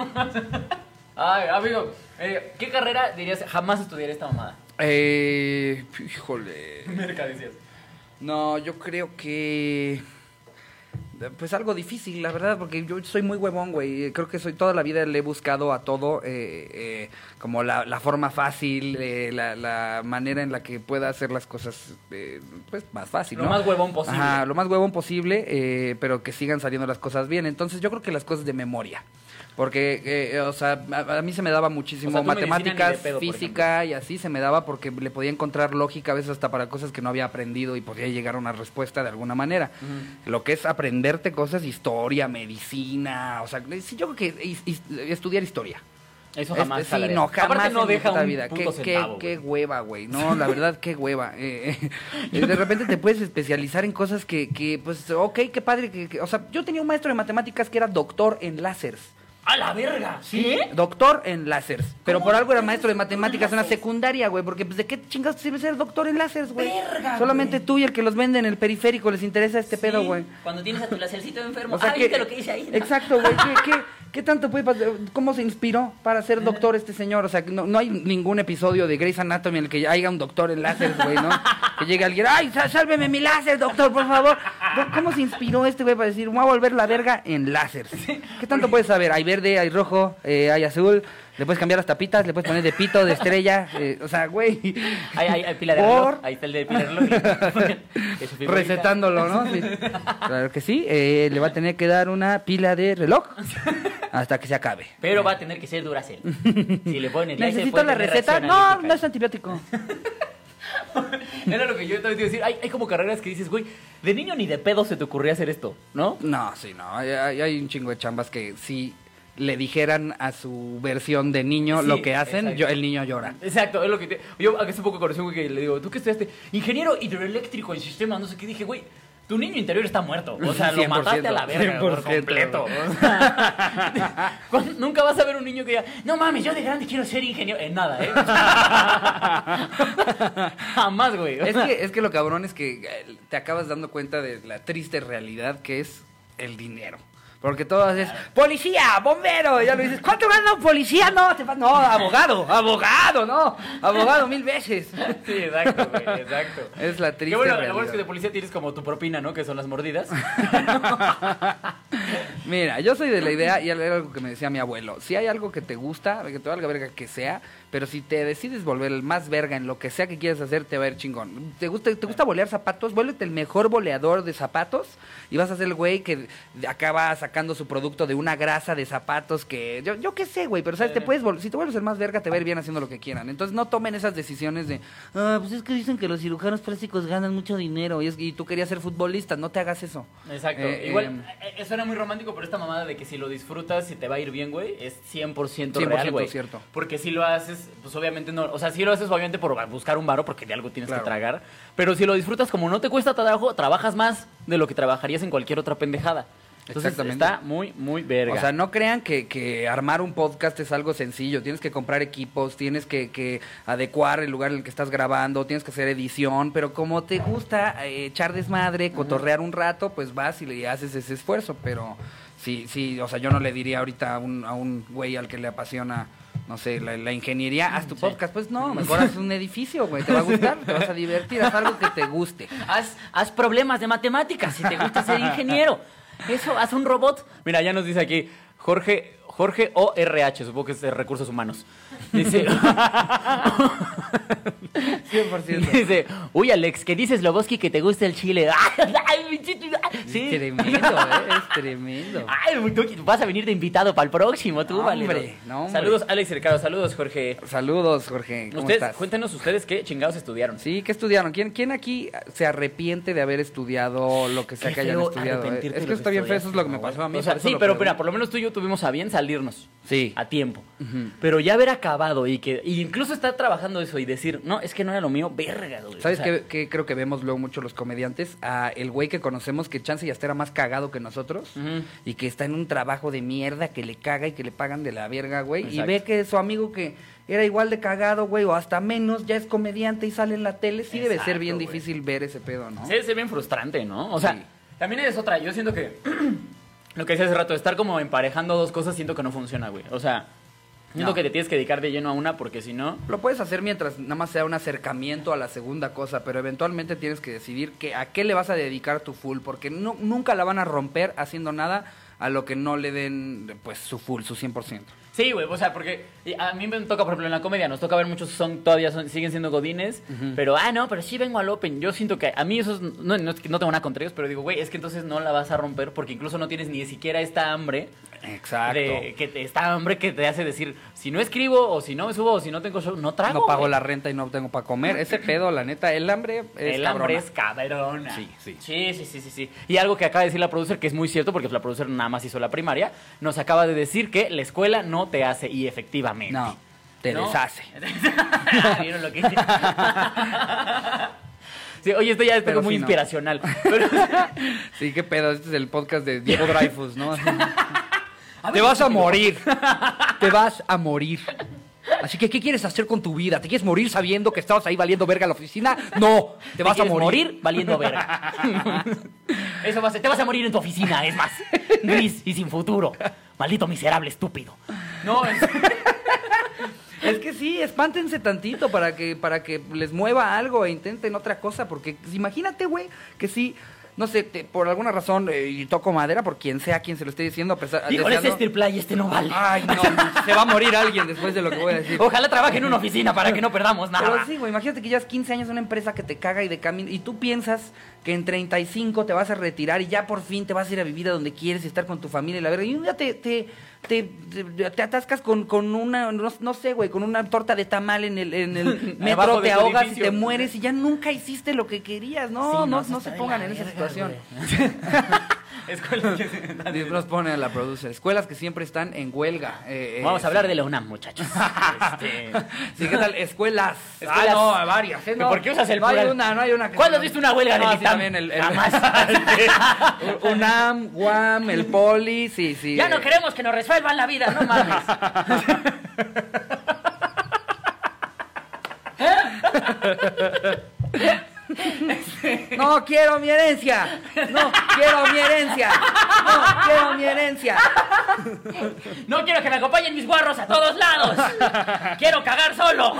Ay, amigo, eh, ¿qué carrera dirías jamás estudiaré esta mamada? Eh, híjole. Merca, decías. No, yo creo que... Pues algo difícil, la verdad, porque yo soy muy huevón, güey. Creo que soy toda la vida le he buscado a todo eh, eh, como la, la forma fácil, eh, la, la manera en la que pueda hacer las cosas eh, pues más fácil, Lo ¿no? más huevón posible. Ajá, lo más huevón posible, eh, pero que sigan saliendo las cosas bien. Entonces yo creo que las cosas de memoria. Porque, eh, o sea, a, a mí se me daba muchísimo O sea, tú medicina ni de matemáticas, pedo, por física y así se me daba porque le podía encontrar lógica a veces hasta para cosas que no había aprendido y podía llegar a una respuesta de alguna manera. Uh-huh. Lo que es aprenderte cosas, historia, medicina, o sea, sí, yo creo que is, is, estudiar historia. Eso jamás es, sí, no, jamás Aparte no en deja mi puta un vida. puto Qué, centavo, qué, qué güey. hueva, güey. No, la verdad, qué hueva. Eh, eh, de repente te puedes especializar en cosas que, que pues, ok, qué padre. Que, que, o sea, yo tenía un maestro de matemáticas que era doctor en láseres. ¡A la verga! ¿Sí? Doctor en láseres. Pero por algo era maestro de matemáticas en la secundaria, güey. Porque, pues, ¿de qué chingados sirve ser doctor en láseres, güey? Verga, Solamente güey. tú y el que los vende en el periférico les interesa este Sí, pedo, güey. Cuando tienes a tu lacercito enfermo. O sea, ah, que- ¿viste lo que dice ahí? ¿no? Exacto, güey. ¿Qué, qué, qué tanto puede pasar? ¿Cómo se inspiró para ser doctor este señor? O sea, que no, no hay ningún episodio de Grey's Anatomy en el que haya un doctor en láseres, güey, ¿no? Que llegue alguien, ¡ay, sá- sálveme mi láser, doctor, por favor! ¿Cómo se inspiró este güey para decir, voy a volver la verga en láseres? ¿Qué tanto puedes saber? Hay verde, hay rojo, eh, hay azul, le puedes cambiar las tapitas, le puedes poner de pito, de estrella, eh, o sea, güey. Hay, hay, hay pila de Por- reloj. Ahí está el de pila de reloj. Es su figurita. Recetándolo, ¿no? Sí. Claro que sí, eh, le va a tener que dar una pila de reloj hasta que se acabe. Pero va a tener que ser Duracell. Si le ponen ya se ¿Necesito puede la tener receta? reacción No, alérgica. no es antibiótico. Era lo que yo también te iba a decir. Hay, hay como carreras que dices, güey, de niño ni de pedo se te ocurría hacer esto, ¿no? No, sí, no. Hay, hay- hay un chingo de chambas que si le dijeran a su versión de niño Sí, lo que hacen, exacto. yo, el niño llora. Exacto, es lo que te... Yo hace poco conocí a un güey que le digo, ¿tú qué estudiaste? Ingeniero hidroeléctrico en sistemas, no sé qué. Dije, güey, tu niño interior está muerto. O sea, lo cien por ciento, mataste a la verga cien por por ciento, completo. O sea, cuando- nunca vas a ver un niño que diga, no mames, yo de grande quiero ser ingeniero. En nada, ¿eh? Jamás, güey. O Es sea, que, es que lo cabrón es que eh, te acabas dando cuenta de la triste realidad que es el dinero. Porque todo es policía, bombero, y ya lo dices, ¿cuánto gana un policía? No, te fa- no, abogado, abogado, no, abogado mil veces. Sí, exacto, güey, exacto. Es la triste Qué bueno, lo realidad. bueno es que de policía tienes como tu propina, ¿no? Que son las mordidas. Mira, yo soy de la idea, y era algo que me decía mi abuelo, si hay algo que te gusta, que te valga verga que sea, pero si te decides volver el más verga en lo que sea que quieras hacer, te va a ir chingón. ¿Te gusta, te gusta bolear zapatos? Vuélvete el mejor boleador de zapatos y vas a ser el güey que acaba sacando su producto de una grasa de zapatos que... Yo, yo qué sé, güey, pero sabes, te puedes vol- si te vuelves el más verga, te va a ir bien haciendo lo que quieran. Entonces no tomen esas decisiones de, ah, pues es que dicen que los cirujanos plásticos ganan mucho dinero y, es, y tú querías ser futbolista, no te hagas eso. Exacto. Eh, Igual, eh, eh, eso era muy romántico, pero esta mamada de que si lo disfrutas y te va a ir bien, güey, es cien por ciento cien por ciento real, güey. cierto. Porque si lo haces, pues obviamente no... O sea, si lo haces obviamente por buscar un varo, porque de algo tienes Claro. que tragar. Pero si lo disfrutas como no te cuesta trabajo, trabajas más de lo que trabajarías en cualquier otra pendejada. Entonces Exactamente. está muy, muy verga. O sea, no crean que, que armar un podcast es algo sencillo. Tienes que comprar equipos, tienes que, que adecuar el lugar en el que estás grabando, tienes que hacer edición, pero como te gusta eh, echar desmadre, cotorrear un rato, pues vas y le haces ese esfuerzo. Pero sí, sí, o sea, yo no le diría ahorita a un, a un güey al que le apasiona, no sé, la, la ingeniería, haz tu Sí. podcast. Pues no, mejor haz un edificio, güey, te va a gustar, te vas a divertir, haz algo que te guste. Haz, haz problemas de matemáticas si te gusta ser ingeniero. Eso, haz un robot. Mira, ya nos dice aquí Jorge, Jorge O R H, supongo que es de Recursos Humanos. Dice, cien por ciento. dice, uy, Alex, ¿qué dices, Loboski, que te gusta el chile? Ay, bichito, sí. Tremendo, ¿eh? Es tremendo. Ay, tú vas a venir de invitado para el próximo, tú, No, vale. hombre, no, hombre. Saludos, Alex y Ricardo. Saludos, Jorge. Saludos, Jorge. ¿Cómo Ustedes, estás? cuéntenos ustedes qué chingados estudiaron. Sí, ¿qué estudiaron? ¿Quién, ¿Quién aquí se arrepiente de haber estudiado lo que sea Qué que hayan feo estudiado? eh? arrepentirte Es de que lo está bien feo, eso es lo que me estudiaste, pasó a mí. O sea, por eso sí, lo pero pregunto. mira, por lo menos tú y yo tuvimos a bien salirnos. Sí. a tiempo. Ujú. Pero ya haber acabado y que y incluso estar trabajando eso y decir, no, es que no era lo mío, verga, güey. ¿Sabes O sea, qué, qué creo que vemos luego mucho los comediantes? A el güey que conocemos que chance ya estará más cagado que nosotros Ujú. y que está en un trabajo de mierda que le caga y que le pagan de la verga, güey. Y Exacto. ve que su amigo que era igual de cagado, güey, o hasta menos, ya es comediante y sale en la tele. Sí debe ser Exacto, bien güey. difícil ver ese pedo, ¿no? Sí, es bien frustrante, ¿no? O sea, Sí. también es otra. Yo siento que lo que decía hace rato, estar como emparejando dos cosas, siento que no funciona, güey. O sea, siento No. que te tienes que dedicar de lleno a una porque si no. Lo puedes hacer mientras nada más sea un acercamiento a la segunda cosa, pero eventualmente tienes que decidir que, a qué le vas a dedicar tu full, porque no, nunca la van a romper haciendo nada a lo que no le den pues su full, su cien por ciento. Sí, güey, o sea, porque a mí me toca, por ejemplo, en la comedia, nos toca ver muchos son todavía son, siguen siendo godines, Ujú. pero, ah, no, pero sí vengo al Open. Yo siento que a mí esos, no, no, es que no tengo nada contra ellos, pero digo, güey, es que entonces no la vas a romper porque incluso no tienes ni siquiera esta hambre. Exacto. De, que te, esta hambre que te hace decir, si no escribo, o si no me subo, o si no tengo show, no trago. No pago güey. la renta y no tengo para comer. Ese pedo, la neta, el hambre es El cabrona. hambre es cabrona. Sí, sí. Sí, sí, sí, sí, sí. Y algo que acaba de decir la producer, que es muy cierto, porque la producer nada más hizo la primaria, nos acaba de decir que la escuela no te hace, y efectivamente. No, te ¿No? deshace. ¿Vieron lo que hice? Sí, oye, esto ya es Pero muy sí, no. inspiracional. Pero- Sí, qué pedo. Este es el podcast de Diego Dreyfus, ¿no? A Te ver, vas a estúpido. morir. Te vas a morir. Así que, ¿qué quieres hacer con tu vida? ¿Te quieres morir sabiendo que estabas ahí valiendo verga en la oficina? No, te vas a quieres morir. valiendo verga. Eso va a ser, te vas a morir en tu oficina, es más. Gris y sin futuro. Maldito miserable estúpido. No, es... Es que sí, espántense tantito para que, para que les mueva algo e intenten otra cosa. Porque imagínate, güey, que sí, no sé, te- por alguna razón, eh, y toco madera por quien sea quien se lo esté diciendo, a pesar Híjole, ese deseando- es triple A y este no vale. Ay, no, se va a morir alguien después de lo que voy a decir. Ojalá trabaje en una oficina para que no perdamos nada. Pero sí, güey, imagínate que llevas quince años en una empresa que te caga y de camino y tú piensas que en treinta y cinco te vas a retirar y ya por fin te vas a ir a vivir a donde quieres y estar con tu familia y la verga. Y un día te, te, te, te, te atascas con, con una, no, no sé, güey, con una torta de tamal en el, en el Abajo metro, de te tu ahogas y edificio. te mueres y ya nunca hiciste lo que querías. No, Sí, no, no, eso se está de pongan la en esa verga, situación. güey. Escuela que- Dios nos pone a la producer. Escuelas que siempre están en huelga. Eh, eh, Vamos a hablar sí. de la UNAM, muchachos. Este, Sí, ¿qué tal? Escuelas. Escuelas. Ah, no, varias. ¿eh? No, ¿Por qué usas el no hay plural? una, no hay una. que ¿Cuándo se- has visto una huelga No, del sí, ITAM? también el, el- Jamás. UNAM, UAM, el Poli, sí, sí. Ya no eh, queremos que nos resuelvan la vida, no mames. No quiero mi herencia. No quiero mi herencia. No quiero mi herencia. No quiero que me acompañen mis guarros a todos lados. Quiero cagar solo.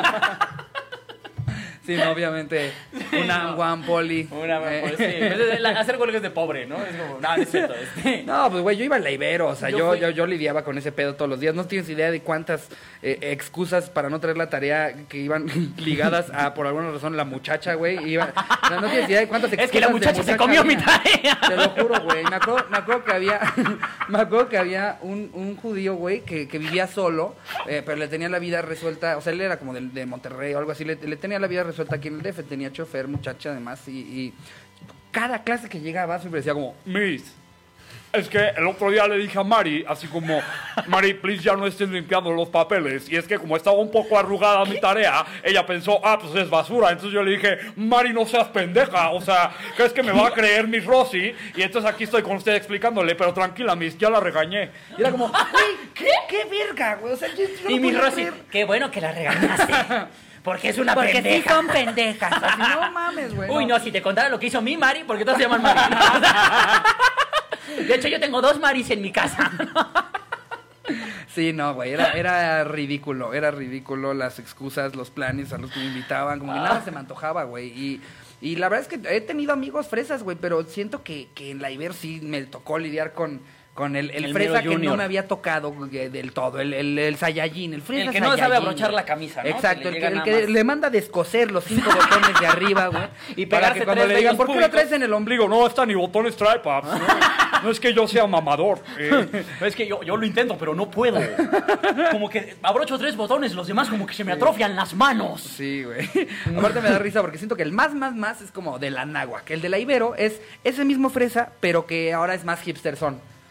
Sí, no, obviamente. UNAM, UAM, Poli. Una, eh. pues, sí. Pues, es la- hacer huelgas de pobre, ¿no? Es como, no, no es cierto. Este. No, pues güey, yo iba en la Ibero, o sea, Yo yo, fui- yo, yo lidiaba con ese pedo todos los días. No tienes idea de cuántas eh, excusas para no traer la tarea que iban ligadas a, por alguna razón, la muchacha, güey. Iba, no, no tienes idea de cuántas excusas Es que la de muchacha se comió mi había. tarea. Te lo juro, güey. Me acuerdo, me acuerdo que había, me acuerdo que había un, un judío, güey, que, que vivía solo, eh, pero le tenía la vida resuelta. O sea, él era como de, de Monterrey o algo así. Le, le tenía la vida resuelta aquí en el D F. Tenía chofer, muchacha, además. Y, y cada clase que llegaba siempre decía como, Miss, es que el otro día le dije a Mari, así como, Mari, please ya no estés limpiando los papeles. Y es que como estaba un poco arrugada mi tarea, ella pensó, ah, pues es basura. Entonces yo le dije, Mari, no seas pendeja. O sea, ¿crees que me va a creer mi Rosy? Y entonces aquí estoy con usted explicándole, pero tranquila, Miss, ya la regañé. y era como, güey, ¿qué? ¿Qué verga, güey? O sea, yo, yo no Y mi podía Rosy, creer. qué bueno que la regañaste. Porque es una Porque sí pendeja. son pendejas. Así, no mames, güey. Uy, no, si te contara lo que hizo mi Mari, porque todos se llaman Mari. De hecho, yo tengo dos Maris en mi casa. Sí, no, güey, era, era ridículo, era ridículo las excusas, los planes a los que me invitaban, como que Ah. nada se me antojaba, güey. Y, y la verdad es que he tenido amigos fresas, güey, pero siento que, que en la Iber sí me tocó lidiar con, con el, el, El fresa Mero que Junior. no me había tocado güey, del todo, el, el, el Saiyajin, el fresa El que no sabe Saiyajin, abrochar güey. la camisa, ¿no? Exacto, Que el le que, llega el nada que más. le manda a descoser los cinco botones de arriba, güey. Y para pegarse que cuando tres le digan, vellos ¿por qué lo públicos?" traes en el ombligo? Digo, no, esta ni botones trae, paps. No, no es que yo sea mamador. eh. Es que yo, yo lo intento, pero no puedo. Como que abrocho tres botones, los demás como que se me atrofian las manos. Sí, güey. Aparte me da risa porque siento que el más, más, más es como de la náhuac. El de la Ibero es ese mismo fresa, pero que ahora es más hipster son.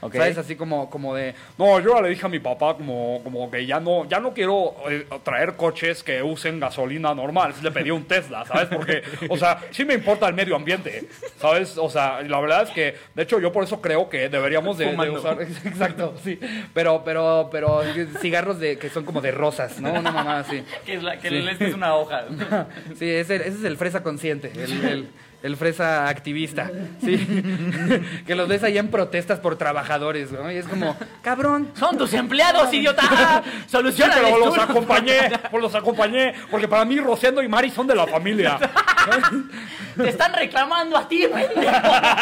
Ok. ¿Sabes? Así como, como de... No, yo ya le dije a mi papá como, como que ya no, ya no quiero eh, traer coches que usen gasolina normal. Le pedí un Tesla, ¿sabes? Porque, o sea, sí me importa el medio ambiente, ¿sabes? O sea, la verdad es que, de hecho, yo por eso creo que deberíamos de, de Fumando. usar... Exacto, sí. Pero, pero, pero cigarros de, que son como de rosas, ¿no? Una mamá así. Que, es la, que Sí. el este es una hoja. Sí, ese, ese es el fresa consciente, el, el, el fresa activista, sí. Que los ves ahí en protestas por trabajadores, ¿no? Y es como, cabrón. ¡Son tus empleados, idiota! Sí, ¡Soluciona pero los acompañé, pues los acompañé, porque para mí Rosendo y Mari son de la familia. ¡Te están reclamando a ti, pendejo!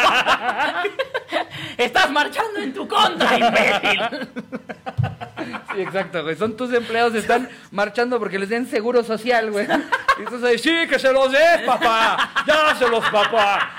¡Estás marchando en tu contra, imbécil! Sí, exacto, güey. Son tus empleados, están marchando porque les den seguro social, güey. Y tú sabes, Sí, que se los des, papá. Ya se los, papá.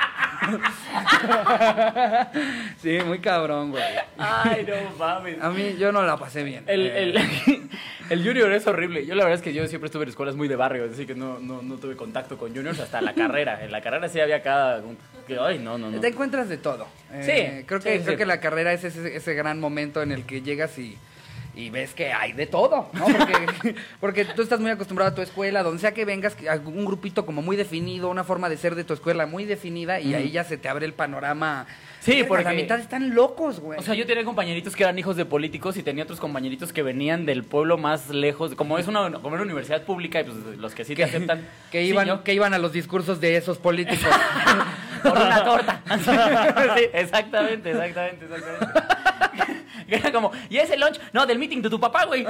sí, muy cabrón, güey. Ay, no mames. A mí, yo no la pasé bien. El, Eh, el, el Junior es horrible. Yo la verdad es que yo siempre estuve en escuelas muy de barrio, así que no, no, no tuve contacto con Juniors hasta la carrera. En la carrera sí había cada... que, ay, no, no, no. Te encuentras de todo. Eh, Sí, creo sí, que, sí. creo que la carrera es ese, ese gran momento en el que llegas y, y ves que hay de todo, ¿no? Porque, porque tú estás muy acostumbrado a tu escuela, donde sea que vengas, que- a un grupito como muy definido, una forma de ser de tu escuela muy definida, y ahí ya se te abre el panorama. Sí, Verga, porque- la mitad están locos, güey. O sea, yo tenía compañeritos que eran hijos de políticos y tenía otros compañeritos que venían del pueblo más lejos. Como es una, como una universidad pública, y pues los que sí te aceptan. que sí, iban, yo, que iban a los discursos de esos políticos. por una torta. Sí, exactamente, exactamente, exactamente. Que era como, ¿y ese lunch? No, del meeting de tu papá, güey.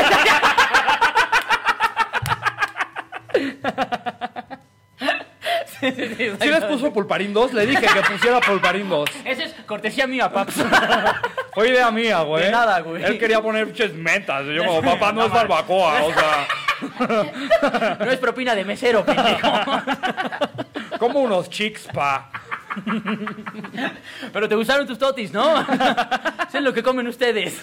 Sí, sí, sí, ¿Sí les exactamente. puso pulparindos? Le dije que pusiera pulparindos. Ese es cortesía mía, paps. Fue idea mía, güey. De nada, güey. Él quería poner pinches mentas. Y yo como, papá, no es barbacoa. O sea, No es propina de mesero, pendejo. como unos chicks, pa. Pero te gustaron tus totis, ¿no? Eso es lo que comen ustedes.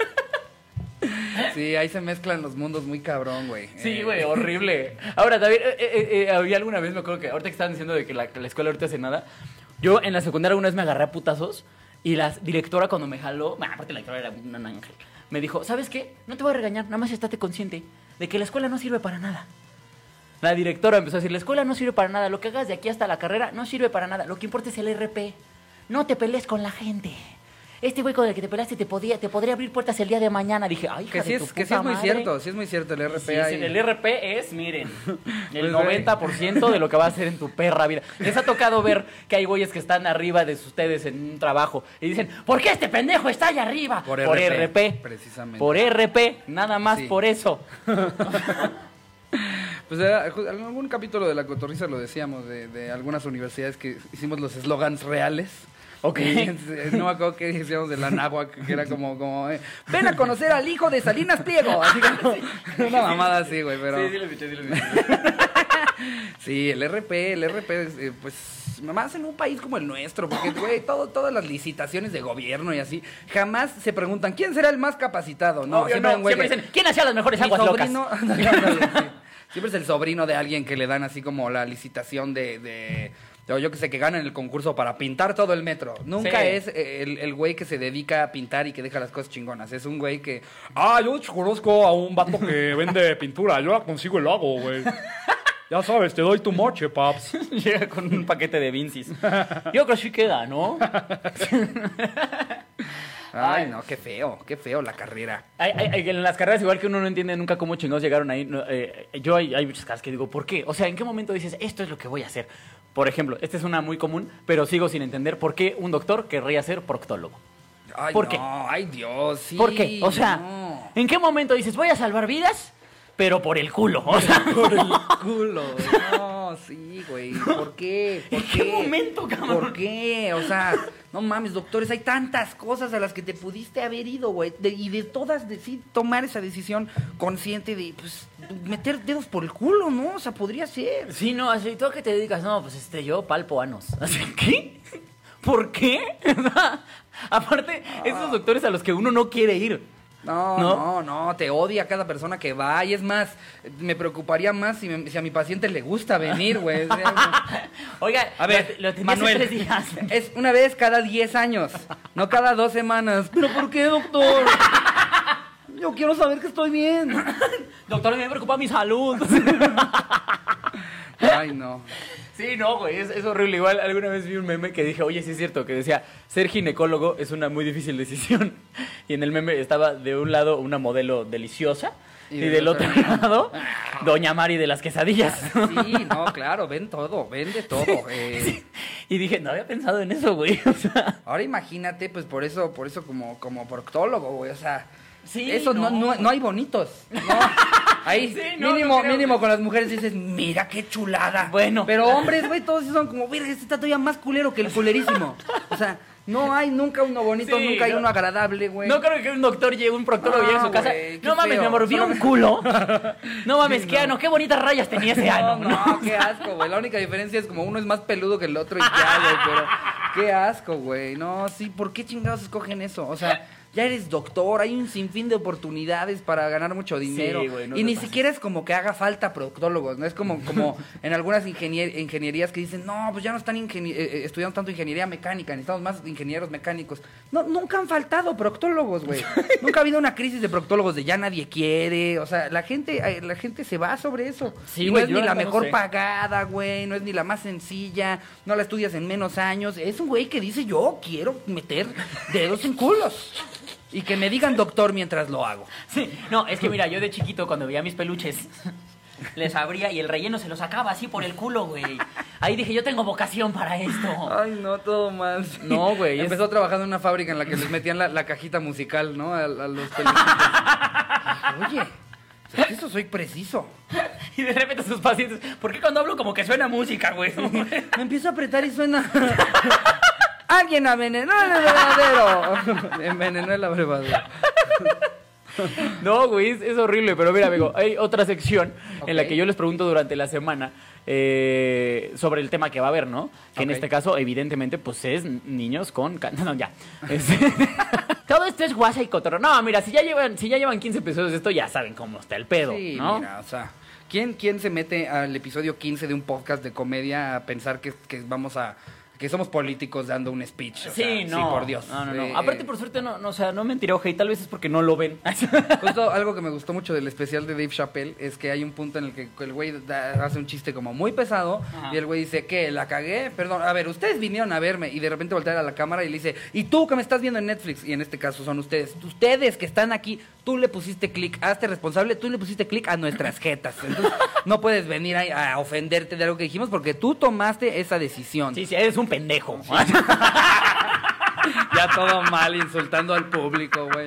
Sí, ahí se mezclan los mundos muy cabrón, güey. Sí, Eh, güey, horrible. Ahora, David, eh, eh, eh, había alguna vez, me acuerdo que ahorita que estaban diciendo de que la, que la escuela ahorita hace nada, yo en la secundaria una vez me agarré a putazos y la directora cuando me jaló, bueno, aparte la directora era un ángel, me dijo, ¿sabes qué? No te voy a regañar, nada más estate consciente de que la escuela no sirve para nada. La directora empezó a decir, la escuela no sirve para nada, lo que hagas de aquí hasta la carrera no sirve para nada, lo que importa es el R P. No te pelees con la gente. Este güey con el que te peleaste te, podía, te podría abrir puertas el día de mañana. Dije, ay, hija Que sí, de es, tu que sí puta es muy madre. cierto, sí es muy cierto el R P Sí, sí, ahí. el R P es, miren, el Pues, noventa por ciento de lo que va a hacer en tu perra vida. Les ha tocado ver que hay güeyes que están arriba de ustedes en un trabajo y dicen, ¿por qué este pendejo está allá arriba? Por R P, R P. precisamente. Por R P, nada más Sí. por eso. Pues era- en algún capítulo de La Cotorrisa lo decíamos, de, de algunas universidades que hicimos los eslogans reales. Ok. Y, eh, no me acuerdo qué decíamos de la náhuatl, que era como, como eh, ven a conocer al hijo de Salinas Pliego. Así como, una mamada así, güey, pero... Sí, sí lo escuché, sí lo escuché. Sí, el R P, el R P, eh, pues, más en un país como el nuestro, porque, güey, todo, todas las licitaciones de gobierno y así, jamás se preguntan, ¿quién será el más capacitado? No, Obvio, siempre, no, hay un güey siempre que- dicen, ¿quién hacía las mejores mi aguas locas? sobrino, sí. Siempre es el sobrino de alguien que le dan así como la licitación de, de, de- o yo que sé, que ganan el concurso para pintar todo el metro. Nunca Sí. es eh, el, el güey que se dedica a pintar y que deja las cosas chingonas. Es un güey que... Ah, yo conozco a un vato que vende pintura. Yo la consigo y lo hago, güey. Ya sabes, te doy tu moche, paps. Llega con un paquete de Vincis. Yo creo que sí queda, ¿no? Ay, no, qué feo, qué feo la carrera. Hay, hay- hay- en las carreras, igual que uno no entiende nunca cómo chingados llegaron ahí, no, eh, yo hay, hay muchas caras que digo, ¿por qué? O sea, ¿en qué momento dices, esto es lo que voy a hacer? Por ejemplo, esta es una muy común, pero sigo sin entender por qué un doctor querría ser proctólogo. Ay, ¿Por no, qué? ay, Dios, sí. ¿Por qué? O sea, no. ¿en qué momento dices, voy a salvar vidas, pero por el culo? O sea, Por el culo. No, sí, güey. ¿Por qué? ¿Por ¿En qué momento, cabrón? ¿Por qué? O sea, no mames, doctores, hay tantas cosas a las que te pudiste haber ido, güey. De- y de todas, de, sí, tomar esa decisión consciente de, pues, meter dedos por el culo, ¿no? O sea, podría ser. sí, no, así, ¿tú a qué te dedicas? No, pues este, yo palpo anos. Así, ¿qué? ¿Por qué? O sea, aparte, esos doctores a los que uno no quiere ir. No, ¿No? no, no, te odia cada persona que va. Y es más, me preocuparía más si, me- si a mi paciente le gusta venir, güey. O sea, Oiga, A ver, lo, lo tenía hace Manuel, tres días. es una vez cada diez años, no cada dos semanas. ¿Pero por qué, doctor? Yo quiero saber que estoy bien. Doctor, me preocupa mi salud. Ay, no. Sí, no, güey, es, es horrible. Igual alguna vez vi un meme que dije, oye, sí es cierto, que decía, ser ginecólogo es una muy difícil decisión. Y en el meme estaba de un lado una modelo deliciosa y, Y del del otro otro- lado, Doña Mari de las quesadillas. Sí, no, claro, ven todo, ven de todo. eh. Y dije, no había pensado en eso, güey. O sea, Ahora imagínate, pues por eso, por eso como, como proctólogo, güey, o sea, sí, eso no, no, no hay bonitos, ¿no? Ahí, Sí, no, mínimo, no creo, mínimo güey. con las mujeres dices, mira qué chulada. Bueno. Pero hombres, güey, todos son como, mira, este está todavía más culero que el culerísimo. O sea, no hay nunca uno bonito, Sí, nunca hay no. uno agradable, güey. no creo que un doctor llegue, un proctólogo No, llegue a su casa. güey, qué No mames, feo. mi amor, vi Solo- un culo. No mames, Sí, qué no. ano, qué bonitas rayas tenía ese No, ano. no, qué asco, güey. La única diferencia es como uno es más peludo que el otro y ya, güey, pero qué asco, güey. No, sí, ¿por qué chingados escogen eso? O sea, ya eres doctor, hay un sinfín de oportunidades para ganar mucho dinero. Sí, güey, no y te ni pases. siquiera es como que haga falta proctólogos, ¿no? Es como, como en algunas ingenier- ingenierías que dicen, no, pues ya no están ingenie- eh, eh, estudiando tanto ingeniería mecánica, necesitamos más ingenieros mecánicos. No, nunca han faltado proctólogos, güey. Nunca ha habido una crisis de proctólogos de ya nadie quiere. O sea, la gente, eh, la gente se va sobre eso. Sí, y no güey, es yo ni la la verdad no mejor sé. pagada, güey, no es ni la más sencilla, no la estudias en menos años. Es un güey que dice, yo quiero meter dedos en culos. Y que me digan doctor mientras lo hago. Sí, no, es que mira, yo de chiquito cuando veía mis peluches, les abría y el relleno se lo sacaba así por el culo, güey. Ahí dije, yo tengo vocación para esto. Ay, no, todo mal. sí. No, güey, es- Empezó trabajando en una fábrica en la que les metían la, la cajita musical, ¿no? A, a los peluchitos. Oye, ¿sabes que eso soy preciso? Y de repente sus pacientes, ¿por qué cuando hablo como que suena música, güey? Me empiezo a apretar y suena... Alguien envenenó el abrevadero. Envenenó el abrevadero. No, güey, es, es horrible, pero mira, amigo, hay otra sección en la Ok. que yo les pregunto durante la semana eh, sobre el tema que va a haber, ¿no? Que en Ok. este caso, evidentemente, pues es niños con... can- No, ya. Es- Todo esto es guasa y cotorro. No, mira, si ya llevan, si ya llevan quince episodios de esto, ya saben cómo está el pedo, Sí, ¿no? mira, o sea, ¿quién, ¿quién se mete al episodio quince de un podcast de comedia a pensar que, que vamos a... que somos políticos dando un speech? O Sí, sea, no. Sí, por Dios. No, no, no. Eh, Aparte, por suerte, no, no, o sea, no me tiró hate, tal vez es porque no lo ven. Justo algo que me gustó mucho del especial de Dave Chappelle es que hay un punto en el que el güey da- hace un chiste como muy pesado Ajá. y el güey dice, ¿qué? ¿La cagué? Perdón, a ver, ustedes vinieron a verme y de repente voltea a la cámara y le dice, ¿y tú que me estás viendo en Netflix? Y en este caso son ustedes. Ustedes que están aquí, tú le pusiste clic, hazte responsable, tú le pusiste clic a nuestras jetas. Entonces no puedes venir ahí a ofenderte de algo que dijimos porque tú tomaste esa decisión. Sí, sí, eres un pendejo. Ya todo mal, insultando al público, güey.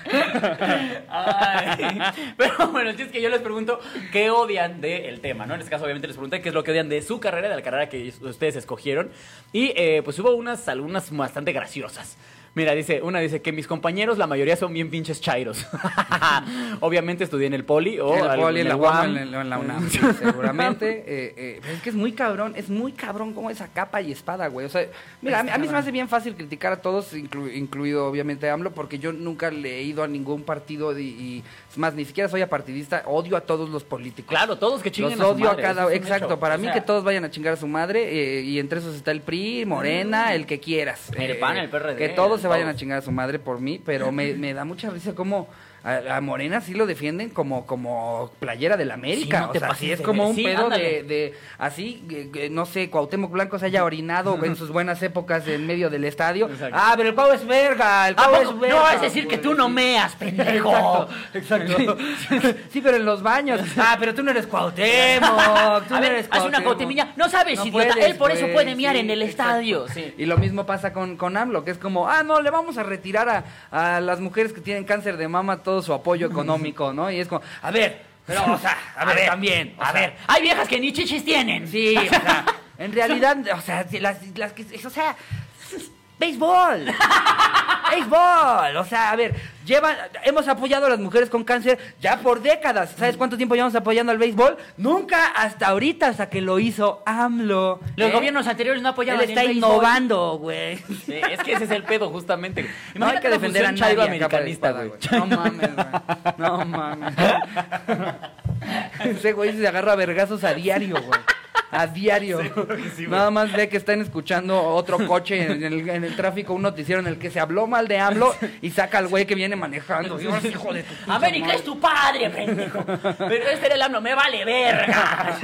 Ay, pero bueno, si es que yo les pregunto qué odian del tema, ¿no? En este caso, obviamente, les pregunté qué es lo que odian de su carrera, de la carrera que ustedes escogieron. Y eh, pues hubo unas, algunas bastante graciosas. Mira, dice, una dice que mis compañeros, la mayoría son bien pinches chairos. Obviamente estudié en el poli o En el al- poli, en la el U A UAM. M, en la- en la UNAM, sí, seguramente. eh, eh, pero es que es muy cabrón, es muy cabrón como esa capa y espada, güey. O sea, mira, a mí, a mí se me hace bien fácil criticar a todos, inclu- incluido obviamente a AMLO, porque yo nunca le he ido a ningún partido y, y es más, ni siquiera soy apartidista, odio a todos los políticos. Claro, todos que chinguen Los a su odio madre, a cada... eso es un Exacto, hecho. para O mí sea, que todos vayan a chingar a su madre eh, y entre esos está el P R I, Morena, el que quieras. El P A N, el P R D, Que todos se vayan a todos. chingar a su madre por mí, pero me, me da mucha risa como a, a Morena sí lo defienden como, como playera del América. Sí, no o te sea, pases sí es de como ver- un sí, pedo ándale. de, de así, que- que, no sé, Cuauhtémoc Blanco se haya orinado en sus buenas épocas en medio del estadio. Exacto. Ah, pero el pavo es verga, el ¿A pavo poco? es verga. No vas a decir que güey, tú no sí. meas, pendejo. Exacto, exacto. Sí, pero en los baños. Ah, pero tú no eres Cuauhtémoc. Tú A no ver, eres haz una Cuauhtémoc. cuautemilla. No sabes, No idiota. puedes, Él por eso güey, puede mear sí, en el exacto. estadio. Sí. Y lo mismo pasa con, con AMLO, que es como, ah, no, le vamos a retirar a, a las mujeres que tienen cáncer de mama todo su apoyo económico, ¿no? Y es como, a ver, pero, o sea, a, ver, también. o A sea, ver, hay viejas que ni chichis tienen. Sí, o sea, en realidad, o sea, si las, las que, o sea, béisbol. béisbol. O sea, a ver, llevan, hemos apoyado a las mujeres con cáncer ya por décadas. ¿Sabes cuánto tiempo llevamos apoyando al béisbol? Nunca hasta ahorita, hasta que lo hizo AMLO. Los ¿eh? gobiernos anteriores no apoyaban Él está el béisbol. innovando, güey. Sí, es que ese es el pedo, justamente. güey. No hay que la defender a fusión nadie chairo a capa de americanista, espada, güey. güey. No mames, güey. No mames. Ese güey se agarra a vergazos a diario, güey. A diario. sí, Nada más ve que están escuchando otro coche en el, en el tráfico, un noticiero en el que se habló mal de AMLO y saca al güey que viene manejando. Dios, hijo de tu puta América madre. es tu padre, pendejo. Pero este era el AMLO, me vale verga.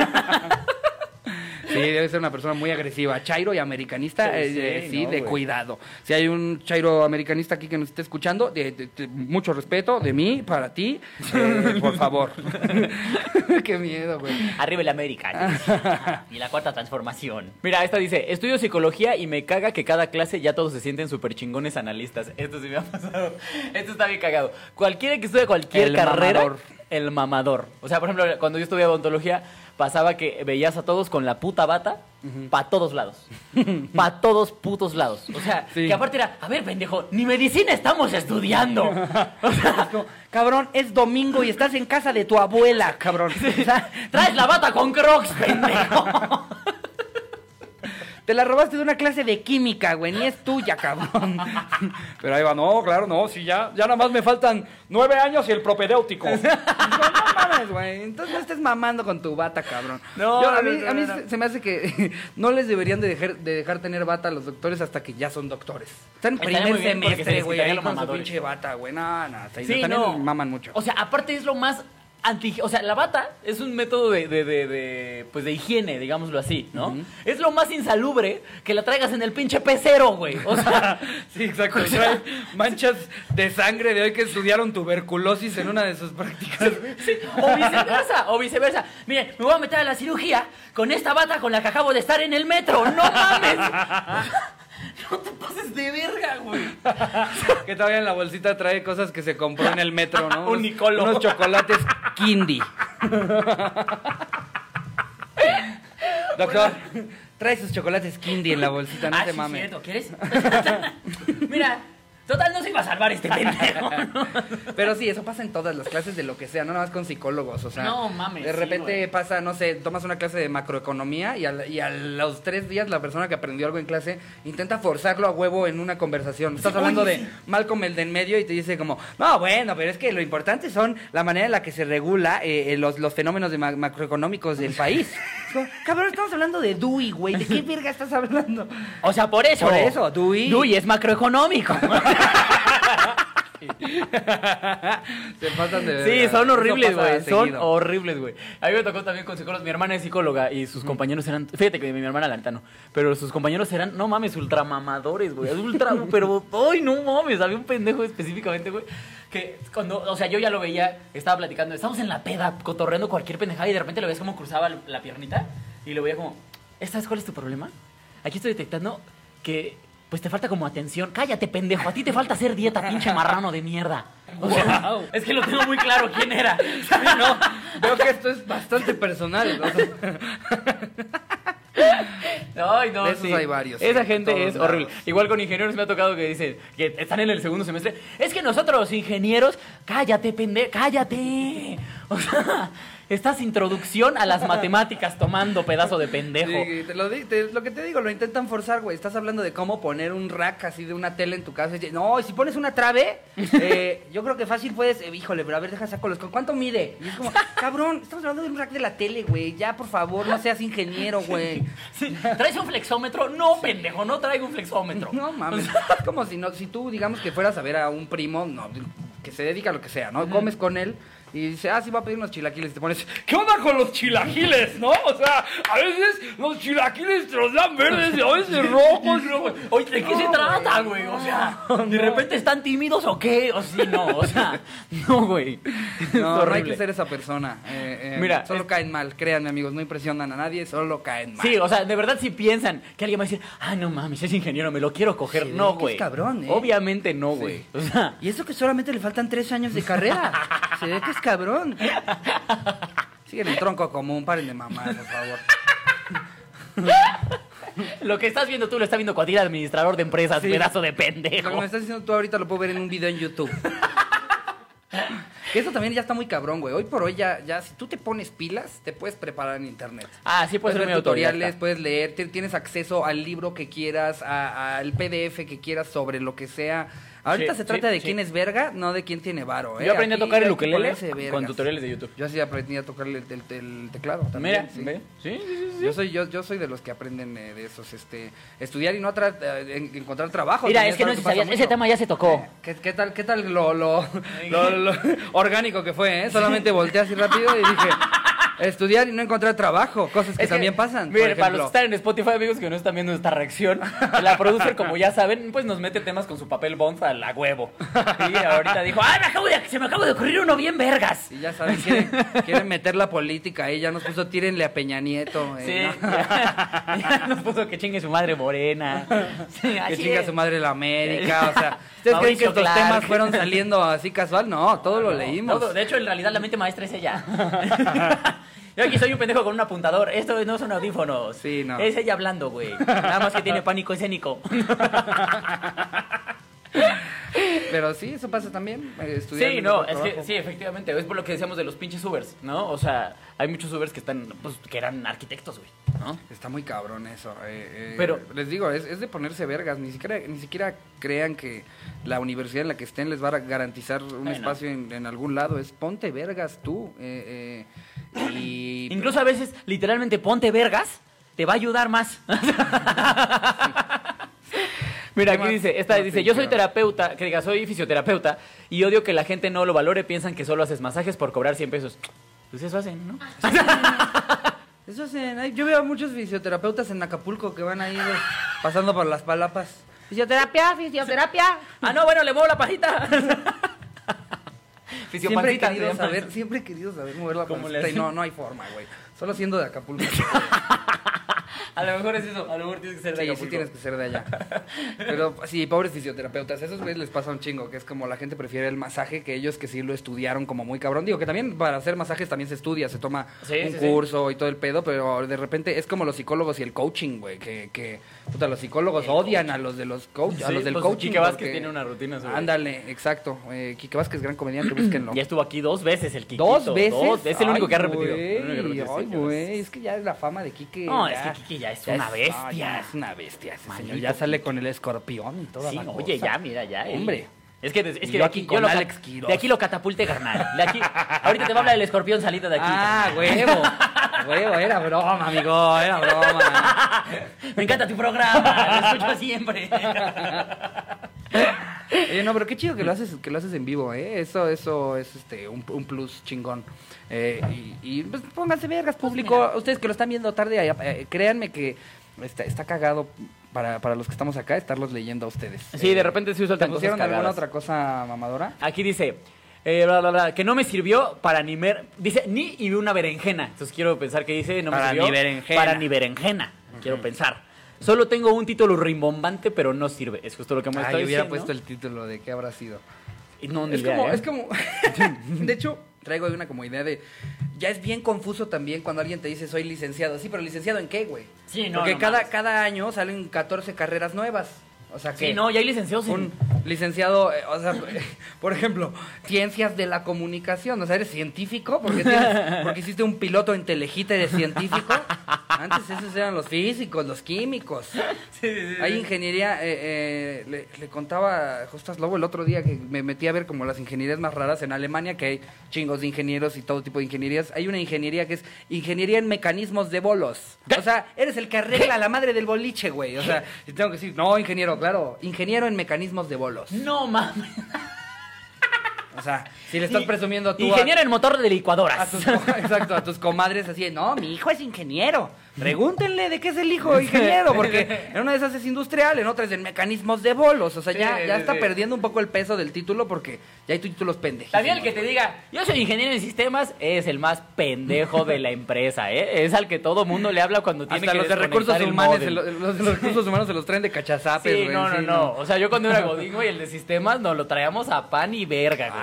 Sí, debe ser una persona muy agresiva. Chairo y americanista, Sí, eh, sí, eh, sí, no, de güey. cuidado. Si hay un chairo americanista aquí que nos esté escuchando, de, de- de mucho respeto de mí, para ti, eh, por favor. Qué miedo, güey. Arriba el América. Y la cuarta transformación. Mira, esta dice, estudio psicología y me caga que cada clase ya todos se sienten súper chingones analistas. Esto sí me ha pasado. Esto está bien cagado. Cualquiera que estudie cualquier El carrera, mamador. el mamador. O sea, por ejemplo, cuando yo estudiaba odontología, pasaba que veías a todos con la puta bata pa' todos lados. Pa' todos putos lados. O sea, Sí. que aparte era, a ver, pendejo, ni medicina estamos estudiando. O sea, Como, cabrón, es domingo y estás en casa de tu abuela, cabrón. O sea, traes la bata con crocs, pendejo. te la robaste de una clase de química, güey, ni es tuya, cabrón. Pero ahí va, no, claro, no, sí, ya, ya nada más me faltan nueve años y el propedéutico. No, no mames, güey. Entonces no estés mamando con tu bata, cabrón. No, Yo, a no, mí, no, a mí no, no. se- se me hace que no les deberían de dejar, de dejar tener bata a los doctores hasta que ya son doctores. Están en Estaría primer muy bien porque se semestre, les güey, quitaría ahí lo con su mamadores. pinche bata, güey. No, no, se- Sí, también no. maman mucho. O sea, aparte es lo más anti... O sea, la bata es un método de, de, de, de, pues de higiene, digámoslo así, ¿no? Es lo más insalubre que la traigas en el pinche pecero, güey. O sea, Sí, exacto. o sea- Trae manchas de sangre de hoy que estudiaron tuberculosis en una de sus prácticas. sí, o viceversa, o viceversa. Miren, me voy a meter a la cirugía con esta bata con la que acabo de estar en el metro. ¡No mames! No te pases de verga, güey. Que todavía en la bolsita trae cosas que se compró en el metro, ¿no? Un Unos- Nicolo. Unos chocolates Kindy. Doctor, trae sus chocolates Kindy en la bolsita, no Ah, te sí, mames. cierto, ¿quieres? Mira, total no se iba a salvar este pendejo. ¿no? Pero sí, eso pasa en todas las clases de lo que sea, no nada más con psicólogos, o sea. No mames, De sí, repente güey. pasa, no sé, tomas una clase de macroeconomía y a, y a los tres días la persona que aprendió algo en clase intenta forzarlo a huevo en una conversación. Estás Sí, hablando oye, de sí. Malcolm el de en medio y te dice como, no, bueno, pero es que lo importante son la manera en la que se regula eh, eh, los, los fenómenos de ma- macroeconómicos del país. Es como, cabrón, estamos hablando de Dewey, güey, ¿de qué verga estás hablando? O sea, por eso. Por eso, Dewey. Dewey es macroeconómico. Se pasan de Sí, verga. son Eso horribles, pasa güey. Son seguido. horribles, güey. A mí me tocó también con psicólogos. Mi hermana es psicóloga y sus compañeros eran. Fíjate que mi hermana la neta no. Pero sus compañeros eran, no mames, ultramamadores, güey. Ultra, pero. ¡Ay, no mames! Había un pendejo específicamente, güey. Que cuando. O sea, yo ya lo veía, estaba platicando. Estábamos en la peda, cotorreando cualquier pendejada y de repente lo ves como cruzaba la, la piernita y lo veía como. ¿Sabes cuál es tu problema? Aquí estoy detectando que. Pues te falta como atención. Cállate, pendejo. A ti te falta hacer dieta, pinche marrano de mierda. O sea, es que lo tengo muy claro quién era. Sí, no, veo que esto es bastante personal. ¿No? Ay, no, De esos sí. hay varios, sí, Esa en gente todos es horrible. lados. Igual con ingenieros me ha tocado que dicen que están en el segundo semestre. Es que nosotros los ingenieros, cállate, pendejo, cállate. O sea, estás introducción a las matemáticas tomando pedazo de pendejo. Sí, te lo, di- te- lo que te digo, lo intentan forzar, güey. Estás hablando de cómo poner un rack así de una tele en tu casa. Y dices, no, y si pones una trave, eh, yo creo que fácil puedes. eh, híjole, pero a ver, deja saco los. ¿Cuánto mide? Y es como, cabrón, estamos hablando de un rack de la tele, güey. Ya, por favor, no seas ingeniero, güey. Sí, ¿traes un flexómetro? No, pendejo, no traigo un flexómetro. No mames. Es como si, no, si tú, digamos, que fueras a ver a un primo, no, que se dedica a lo que sea, ¿no? Comes con él. Y dice, ah, sí, va a pedir unos chilaquiles. Y te pones, ¿Qué onda con los chilaquiles, no? O sea, a veces los chilaquiles te los dan verdes y a veces rojos. ¿no? Oye, ¿de qué se trata, güey? O sea, ¿de repente están tímidos o qué? O sí, no, o sea, no, güey. Es no, no hay horrible. que ser esa persona. Eh, eh, Mira, solo es- caen mal, créanme, amigos, no impresionan a nadie, solo caen mal. Sí, o sea, de verdad si piensan que alguien va a decir, ah, no mames, es ingeniero, me lo quiero coger. Se ve No, que es güey. cabrón, ¿eh? Obviamente no, güey. O sea, Y eso que solamente le faltan tres años de carrera. Se ve que es cabrón. Siguen el tronco común, paren de mamar, por favor. Lo que estás viendo tú lo está viendo cualquier administrador de empresas, Sí. pedazo de Lo que pendejo. me estás diciendo tú ahorita lo puedo ver en un video en YouTube. Que eso también ya está muy cabrón, güey. Hoy por hoy ya, ya si tú te pones pilas, te puedes preparar en internet. Ah, sí, puede Puedes ser ver medio tutoriales, autodidacta. puedes leer, ti- tienes acceso al libro que quieras, a- al P D F que quieras sobre lo que sea. Ahorita Sí, se trata sí, de sí. quién es verga, no de quién tiene varo, ¿eh? Yo aprendí Aquí a tocar el hay que ukelele ponerse vergas. con tutoriales de YouTube. Yo sí aprendí a tocar el, el- el teclado también. Mira, sí. ve. Sí, sí, sí, sí. Yo soy yo, yo soy de los que aprenden eh, de esos, este, estudiar y no tra- eh, en- encontrar trabajo. Mira, también es que no algo sé si pasa sabías, mucho. ese tema ya se tocó. ¿Qué, qué tal, qué tal lo, lo, lo- lo orgánico que fue, eh? Solamente volteé así rápido y dije, estudiar y no encontrar trabajo, cosas que Es que, también pasan. por Miren, para los ejemplo. que están en Spotify, amigos, que no están viendo esta reacción, la producer, como ya saben, pues nos mete temas con su papel Bond a la huevo. Y ahorita dijo, ¡ay, me acabo de, se me acaba de ocurrir uno bien vergas! Y ya saben, quieren, quieren meter la política ahí, ya nos puso tírenle a Peña Nieto. eh, Sí, ¿no? ya, ya nos puso que chingue su madre morena. Sí, Que así chinga es. su madre la América, o sea, ¿ustedes creen que Mauricio estos Clark. temas fueron saliendo así casual? No, todo lo No, leímos. todo. De hecho, en realidad la mente maestra es ella. Yo aquí soy un pendejo con un apuntador. Esto no son audífonos. Sí, no. Es ella hablando, güey. Nada más que tiene pánico escénico. Pero sí, eso pasa también. eh, estudiar Sí, en no, otro es que trabajo. sí, efectivamente. Es por lo que decíamos de los pinches Ubers, ¿no? O sea, hay muchos Ubers que están, pues, que eran arquitectos, güey, ¿no? Está muy cabrón eso. eh, eh, Pero- les digo, es, es de ponerse vergas. Ni siquiera, ni siquiera crean que la universidad en la que estén les va a garantizar un Ay, no. espacio en, en algún lado. Es ponte vergas tú. eh, eh, y Incluso a veces, literalmente, ponte vergas, te va a ayudar más. Mira, ¿Qué aquí más? dice, esta No, dice, sí, yo soy claro. terapeuta, que diga, soy fisioterapeuta, y odio que la gente no lo valore, piensan que solo haces masajes por cobrar cien pesos. Pues eso hacen, ¿no? eso hacen. ay, Yo veo a muchos fisioterapeutas en Acapulco que van ahí de- pasando por las palapas. Fisioterapia, fisioterapia. Ah, no, bueno, le muevo la pajita. Siempre he Fisiopancita, querido se llama. saber, siempre he querido saber mover la ¿Cómo le pancita y hacen? no, no hay forma, güey. Solo siendo de Acapulco. A lo mejor es eso, a lo mejor tienes que ser de Sí, sí Acapulco. tienes que ser de allá. Pero sí, pobres fisioterapeutas, esos güeyes les pasa un chingo, que es como la gente prefiere el masaje que ellos que sí lo estudiaron como muy cabrón. Digo, que también para hacer masajes también se estudia, se toma Sí, un sí, sí. curso y todo el pedo, pero de repente es como los psicólogos y el coaching, güey, que, que puta, los psicólogos odian a los de los coach, a Sí, los del pues, coaching. Quique Vázquez porque- tiene una rutina sobre Ándale, exacto. Eh, Quique Vázquez, gran comediante, búsquenlo. Ya estuvo aquí dos veces el Kikito. ¿Dos veces? Dos, es el único Ay, que ha repetido. güey, El único que ha repetido, Ay, sí, güey, es que ya la fama de Quique. No, ya- es que Kike ya es ya una es- bestia. no, ya es una bestia ese señor. Maldito Ya sale Quique. con el escorpión y toda Sí, la oye, cosa. ya, mira, ya. el- Hombre. Es que, es que Y de yo aquí, aquí yo con lo ca- Alex Quiroz. de aquí lo catapulté, carnal. De aquí, ahorita te va a hablar el escorpión salido de aquí. Ah, carnal. huevo. Huevo, era broma, amigo, era broma. Me encanta tu programa, lo escucho siempre. Oye, no, pero qué chido que lo haces, que lo haces en vivo, ¿eh? Eso, eso es este un, un plus chingón. Eh, y, y, pues pónganse vergas, público. Ustedes que lo están viendo tarde, eh, créanme que está, está cagado para, para los que estamos acá estarlos leyendo a ustedes. Sí, de Eh, repente sí ¿Te sueltan cosas pusieron alguna cagadas. otra cosa mamadora? Aquí dice, eh, bla, bla, bla, que no me sirvió para ni mer... Dice, ni y una berenjena. Entonces quiero pensar que dice, no me Para sirvió ni berenjena. para ni berenjena. Quiero pensar. Solo tengo un título rimbombante, pero no sirve. Es justo lo que hemos Ah, estado yo hubiera diciendo. puesto el título de qué habrá sido. Y no, ni Es idea, como, ¿eh? es como, de hecho, traigo ahí una como idea de, ya es bien confuso también cuando alguien te dice soy licenciado. Sí, pero ¿licenciado en qué, güey? Sí, no, Porque no cada, mames. cada año salen catorce carreras nuevas. O sea que Sí, no, ya hay licenciados en... un licenciado, eh, o sea, por ejemplo, ciencias de la comunicación, o sea, eres científico porque tienes, porque hiciste un piloto en Telejita de científico. Antes esos eran los físicos, los químicos. Hay ingeniería, eh, eh, le, le contaba a Justas Lobo el otro día que me metí a ver como las ingenierías más raras en Alemania, que hay chingos de ingenieros y todo tipo de ingenierías. Hay una ingeniería que es ingeniería en mecanismos de bolos. O sea, eres el que arregla la madre del boliche, güey. O sea, y tengo que decir, no, ingeniero, claro, ingeniero en mecanismos de bolos. No mames. O sea, si le estás Y- presumiendo tú a- Ingeniero en motor de a licuadoras. tus, co- exacto, a tus comadres así, de, no, mi hijo es ingeniero. Pregúntenle de qué es el hijo ingeniero, porque en una de esas es industrial, en otra es en mecanismos de bolos. O sea, ya, Sí, ya sí, está sí. perdiendo un poco el peso del título porque ya hay títulos pendejísimos. También el que te diga, yo soy ingeniero en sistemas, es el más pendejo de la empresa, ¿eh? Es al que todo mundo le habla cuando tiene Hasta que los de recursos desconectar el humanos, módem. se lo- los de los recursos humanos se los traen de cachazapes, Sí, güey. no, no, sí, no. O sea, yo cuando era Godín, güey, el de sistemas nos lo traíamos a pan y verga, güey.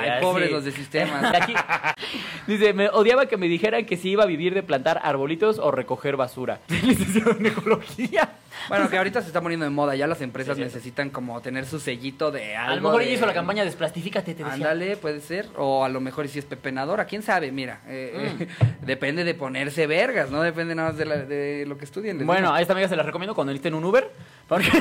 Ay, pobres así. los de sistemas. De aquí. Dice, me odiaba que me dijeran que si iba a vivir de plantar arbolitos o recoger basura. Licenciado en ecología. Bueno, que ahorita se está poniendo de moda. Ya las empresas Sí, sí. necesitan como tener su sellito de algo. A lo mejor de- ella hizo la campaña Desplastifícate, te decía. Ándale, puede ser. O a lo mejor si es pepenadora. ¿Quién sabe? Mira, eh, eh, depende de ponerse vergas, ¿no? Depende nada más de, la- de lo que estudien. les Bueno, digo. a esta amiga se la recomiendo cuando necesiten un Uber. Porque...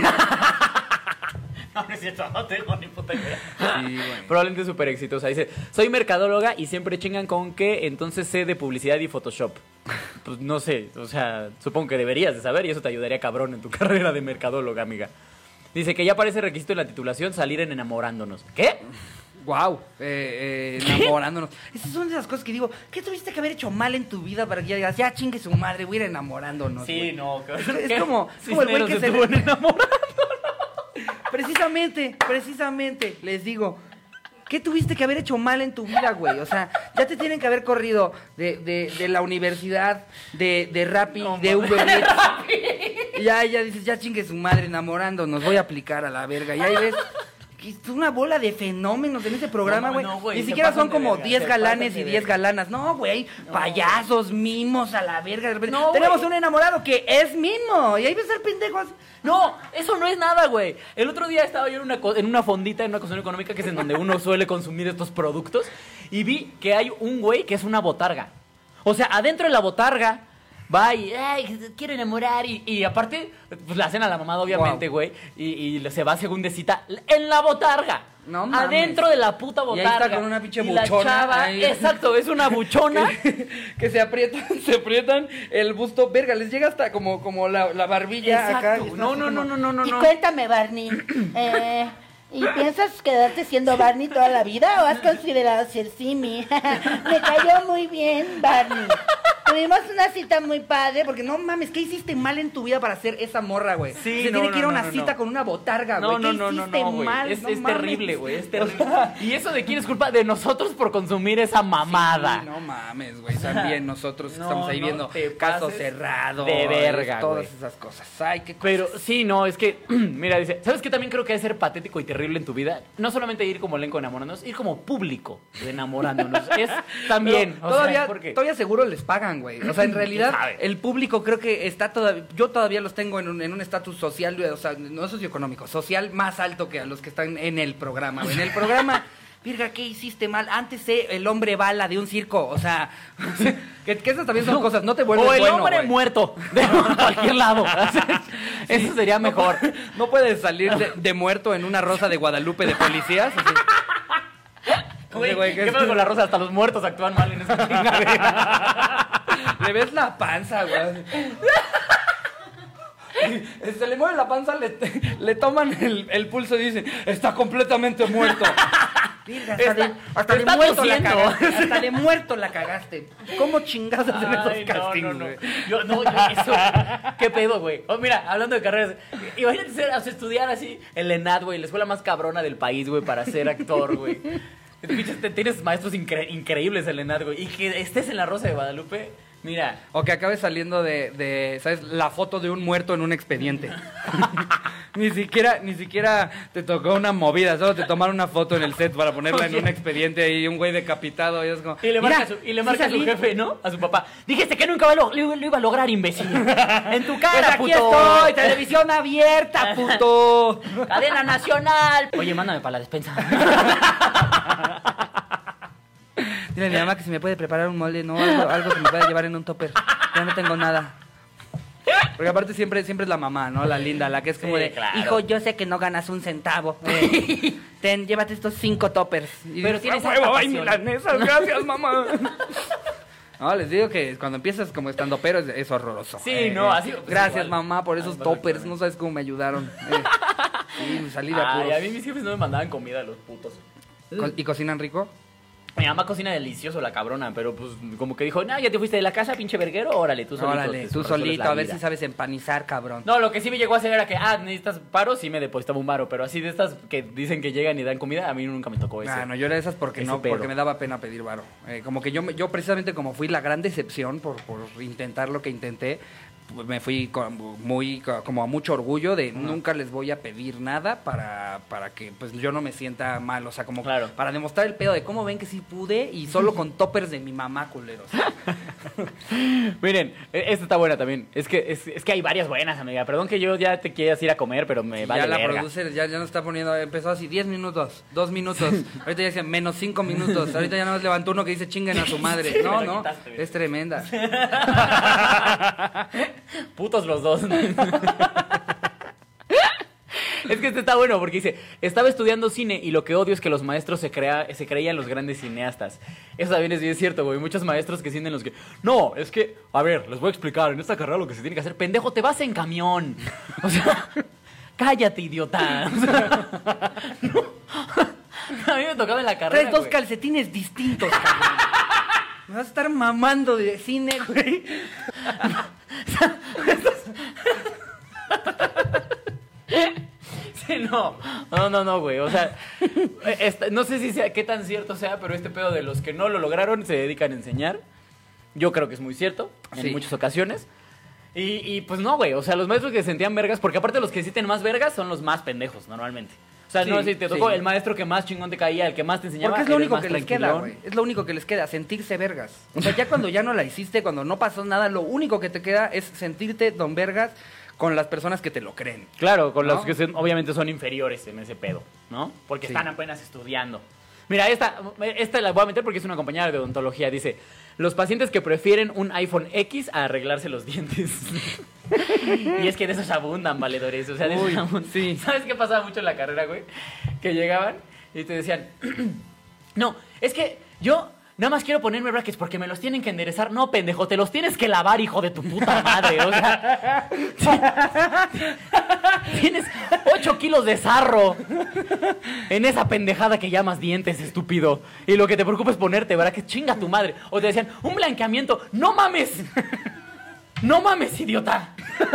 No, no es cierto, no tengo ni puta idea. Sí, güey. Probablemente súper exitosa. Dice, soy mercadóloga y siempre chingan con que entonces sé de publicidad y Photoshop. Pues no sé, o sea, supongo que deberías de saber y eso te ayudaría cabrón en tu carrera de mercadóloga, amiga. Dice que ya parece requisito en la titulación salir en enamorándonos. ¿Qué? Wow, eh, eh, enamorándonos. Esas son de las cosas que digo, ¿qué tuviste que haber hecho mal en tu vida para que ya digas, ya chingue su madre, voy a ir enamorándonos? güey"? no. Es, es como, es como el güey que se estuvo en enamorando. Precisamente, precisamente, les digo, ¿qué tuviste que haber hecho mal en tu vida, güey? O sea, ya te tienen que haber corrido de, de, de la universidad, de, de Rappi, de Uber Eats. Y ya, ya dices, ya chingue su madre enamorándonos, voy a aplicar a la verga. Y ahí ves que es una bola de fenómenos en ese programa, No, güey. no, güey, Ni se siquiera pasan son de como verga, diez se galanes pasan y de diez verga. galanas. No, güey, hay payasos, mimos a la verga. De repente, No, tenemos güey. un enamorado que es mimo. Y ahí ves al pendejo así. No, eso no es nada, güey. El otro día estaba yo en una, co- en una fondita, en una cocina económica, que es en donde uno suele consumir estos productos, y vi que hay un güey que es una botarga. O sea, adentro de la botarga va y, ay, quiero enamorar, y, y aparte, pues la hacen a la mamada, obviamente, Wow. güey, y, y se va según de cita en la botarga. No mames. Adentro de la puta Y ahí botarga. está con una pinche Y la buchona chava, ahí. exacto, es una buchona. Que se aprietan, se aprietan el busto, verga, les llega hasta como, como la, la barbilla acá. Exacto. y están No, así no, no, como- no, no, no, Y no. cuéntame, Barney, eh, ¿y piensas quedarte siendo Barney toda la vida o has considerado ser Simi? Me cayó muy bien, Barney. Tuvimos una cita muy padre. Porque no mames, ¿qué hiciste mal en tu vida para hacer esa morra, güey? Sí, se no, tiene que ir a no, una no, cita no. con una botarga, güey. No, no, ¿Qué no, no, hiciste no, güey. mal? Es, No es mames. terrible, güey. Es O terrible. sea, Y eso de quién es culpa de nosotros por consumir esa mamada. sí, no mames, güey. También nosotros No, estamos ahí no viendo te casos pases cerrados. de verga, Todas güey. esas cosas. Ay, qué Pero sí, no, es que, mira, dice, ¿sabes qué también creo que es ser patético y terrible en tu vida? No solamente ir como elenco enamorándonos, ir como público de enamorándonos. Es también, Pero o sea, todavía, porque... todavía seguro les pagan, güey. O sea, en realidad, sabe? el público creo que está todavía. Yo todavía los tengo en un en un estatus social, o sea, no socioeconómico, social más alto que a los que están en el programa, güey. En el programa. Virga, ¿qué hiciste mal? Antes eh, el hombre bala de un circo, o sea, que, que esas también son cosas, no te vuelves o el bueno, hombre güey. muerto, de cualquier lado. O sea, eso sería mejor. No puedes salir de, de muerto en una rosa de Guadalupe de policías. Así. Güey, Oye, güey, ¿qué ¿qué pedo es? con la rosa? Hasta los muertos actúan mal en esa chingadera. Le ves la panza, güey. Se le mueve la panza, le, le toman el, el pulso y dicen, está completamente muerto. Virga, hasta, de, hasta de está muerto la tosiendo. cagaste. Hasta de muerto la cagaste. ¿Cómo chingados en esos Ay, no, castings, no, no. güey? Yo, no, yo, eso. ¿Qué pedo, güey? Oh, mira, hablando de carreras, imagínate ser, o sea, estudiar así el ENAD, güey, la escuela más cabrona del país, güey, para ser actor, güey. Pinches, te- Tienes maestros incre- increíbles en el ENAD, güey. Y que estés en la Rosa de Guadalupe, mira. O que acabes saliendo de, de, ¿sabes? La foto de un muerto en un expediente. Ni siquiera, ni siquiera te tocó una movida, solo te tomaron una foto en el set para ponerla en Oye. un expediente y un güey decapitado y es como... Y le "Mira, marca, su, y le sí marca a su salí". jefe, ¿no? A su papá. Dijiste que nunca lo, lo- lo iba a lograr, imbécil. En tu Pues cara, aquí puto. estoy, televisión abierta, puto. Cadena nacional. Oye, mándame para la despensa. Dile a mi mamá que si me puede preparar un molde, no, algo, algo que me pueda llevar en un topper. Ya no tengo nada. Porque aparte siempre, siempre es la mamá, ¿no? La linda, la que es como Sí, de, claro. hijo, yo sé que no ganas un centavo. Eh, ten, llévate estos cinco toppers. Y Pero dices, tienes "Ah, harta huevo, ay, pasión". milanesas, gracias, mamá. No, les digo que cuando empiezas como estando pero es, es horroroso. Sí, no, así- pues Gracias, igual. mamá, por esos Ay, toppers. perfectamente. No sabes cómo me ayudaron. Eh, sí, salí de Ay, apuros. a mí mis jefes no me mandaban comida, los putos. Co- ¿Y cocinan rico? Mi mamá cocina delicioso, la cabrona, pero pues como que dijo, no, ya te fuiste de la casa, pinche verguero, órale, tú solito. Órale, te tú resuelves solito, la a ver vida". si sabes empanizar, cabrón. No, lo que sí me llegó a hacer era que, ah, necesitas paro, sí me depositaba un varo, pero así de estas que dicen que llegan y dan comida, a mí nunca me tocó eso. Ah, no, yo era de esas porque Ese no, pedo. porque me daba pena pedir varo. Eh, como que yo, me- yo precisamente como fui la gran decepción por, por intentar lo que intenté, pues, me fui con muy como a mucho orgullo de uh-huh. nunca les voy a pedir nada para, para que pues yo no me sienta mal, o sea, como claro. para demostrar el pedo de cómo ven que sí pude y solo con toppers de mi mamá, culeros. Miren, esta está buena también. Es que es, es que hay varias buenas, amiga. Perdón que yo ya te quieras ir a comer, pero me vale ya la verga. producer ya, ya nos está poniendo, empezó así diez minutos, dos minutos, ahorita ya dice menos cinco minutos, ahorita ya nos levantó uno que dice chinguen a su madre. Sí, no, no, quitaste, es tremenda. Putos los dos. Es que este está bueno porque dice, estaba estudiando cine y lo que odio es que los maestros se, crea, se creían los grandes cineastas. Eso también es bien cierto, güey. Muchos maestros que sienten los que, no, es que, a ver, les voy a explicar, en esta carrera lo que se tiene que hacer, pendejo, te vas en camión. O sea, cállate, idiota. O sea, no. A mí me tocaba en la carrera, Traes dos güey. calcetines distintos, cabrón. Me vas a estar mamando de cine, güey. Sí, no, no, no, no, güey, o sea, esta, no sé si sea, qué tan cierto sea, pero este pedo de los que no lo lograron se dedican a enseñar, yo creo que es muy cierto, en Sí. muchas ocasiones, y, y pues no, güey, o sea, los maestros que se sentían vergas, porque aparte los que sí tienen más vergas son los más pendejos, normalmente. O sea, Sí, no sé si te tocó sí. el maestro que más chingón te caía, el que más te enseñaba. Porque es lo eres único más que les queda, tranquilón. güey. Es lo único que les queda, sentirse vergas. O sea, ya cuando ya no la hiciste, cuando no pasó nada, lo único que te queda es sentirte don vergas con las personas que te lo creen. Claro, con ¿No? los que son- obviamente son inferiores en ese pedo, ¿no? Porque Sí. están apenas estudiando. Mira, esta, esta la voy a meter porque es una compañera de odontología. Dice, los pacientes que prefieren un iPhone X a arreglarse los dientes. Y es que de esos abundan, valedores. O sea, de esos Uy, abundan. sí. ¿Sabes qué pasaba mucho en la carrera, güey? Que llegaban y te decían, no, es que yo nada más quiero ponerme brackets porque me los tienen que enderezar. No, pendejo, te los tienes que lavar, hijo de tu puta madre. O sea, tienes ocho kilos de sarro en esa pendejada que llamas dientes, estúpido. Y lo que te preocupa es ponerte brackets, chinga tu madre. O te decían, un blanqueamiento. ¡No mames! ¡No mames, idiota!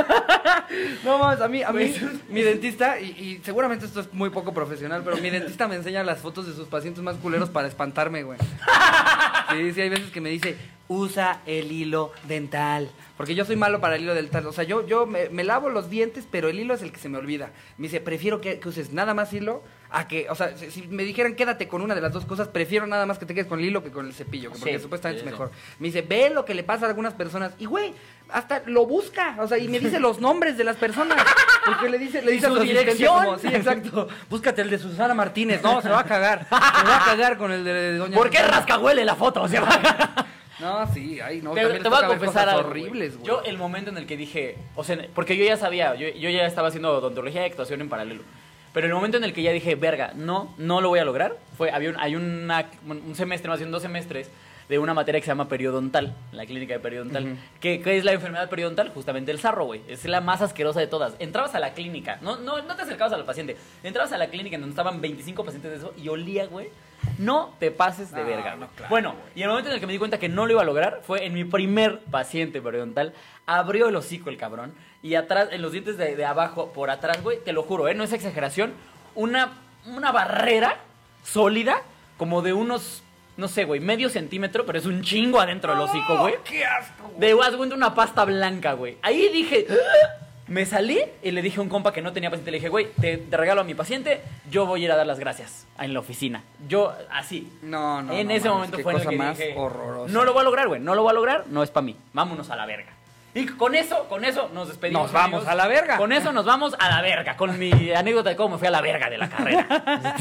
No mames, a mí, a mí, mi dentista, y, y seguramente esto es muy poco profesional, pero mi dentista me enseña las fotos de sus pacientes más culeros para espantarme, güey. Sí, sí, hay veces que me dice, usa el hilo dental. Porque yo soy malo para el hilo dental. O sea, yo, yo me, me lavo los dientes, pero el hilo es el que se me olvida. Me dice, prefiero que, que uses nada más hilo a que, o sea, si, si me dijeran quédate con una de las dos cosas, prefiero nada más que te quedes con el hilo que con el cepillo, porque Sí, supuestamente sí, es sí. mejor. Me dice, ve lo que le pasa a algunas personas. Y, güey, hasta lo busca, o sea, y me dice los nombres de las personas. Porque le dice, le dice ¿Y a su su asistente dirección? como, sí, exacto. Búscate el de Susana Martínez. No, se va a cagar. Se va a cagar con el de Doña ¿Por qué Susana. rascahuele la foto? O sea, No, sí, ay, no, te, también te les voy a toca ver confesar cosas algo, horribles, güey. Yo, el momento en el que dije, o sea, porque yo ya sabía, yo, yo ya estaba haciendo odontología y actuación en paralelo. Pero el momento en el que ya dije, verga, no, no lo voy a lograr, fue, había un, hay una, un semestre, más bien dos semestres, de una materia que se llama periodontal, en la clínica de periodontal. Ujú. ¿Qué, ¿Qué es la enfermedad periodontal? Justamente el sarro, güey. Es la más asquerosa de todas. Entrabas a la clínica, no, no, no te acercabas al paciente, entrabas a la clínica en donde estaban veinticinco pacientes de eso y olía, güey. No te pases de No, verga, no, güey. claro, Bueno, y el momento en el que me di cuenta que no lo iba a lograr fue en mi primer paciente periodontal. Abrió el hocico el cabrón y atrás, en los dientes de, de abajo, por atrás, güey, te lo juro, ¿eh? No es exageración, una, una barrera sólida como de unos, no sé, güey, medio centímetro, pero es un chingo adentro del hocico, güey. ¡Qué asco, güey! De haz cuenta una pasta blanca, güey. Ahí dije, me salí y le dije a un compa que no tenía paciente, le dije, güey, te, te regalo a mi paciente, yo voy a ir a dar las gracias en la oficina. Yo, así. No, no, En no ese mames, momento qué fue en el cosa que más dije, horrorosa. no lo voy a lograr, güey, no lo voy a lograr, no es para mí. Vámonos a la verga. Y con eso, con eso nos despedimos. Nos vamos amigos. a la verga. Con eso nos vamos a la verga. Con mi anécdota de cómo me fui a la verga de la carrera.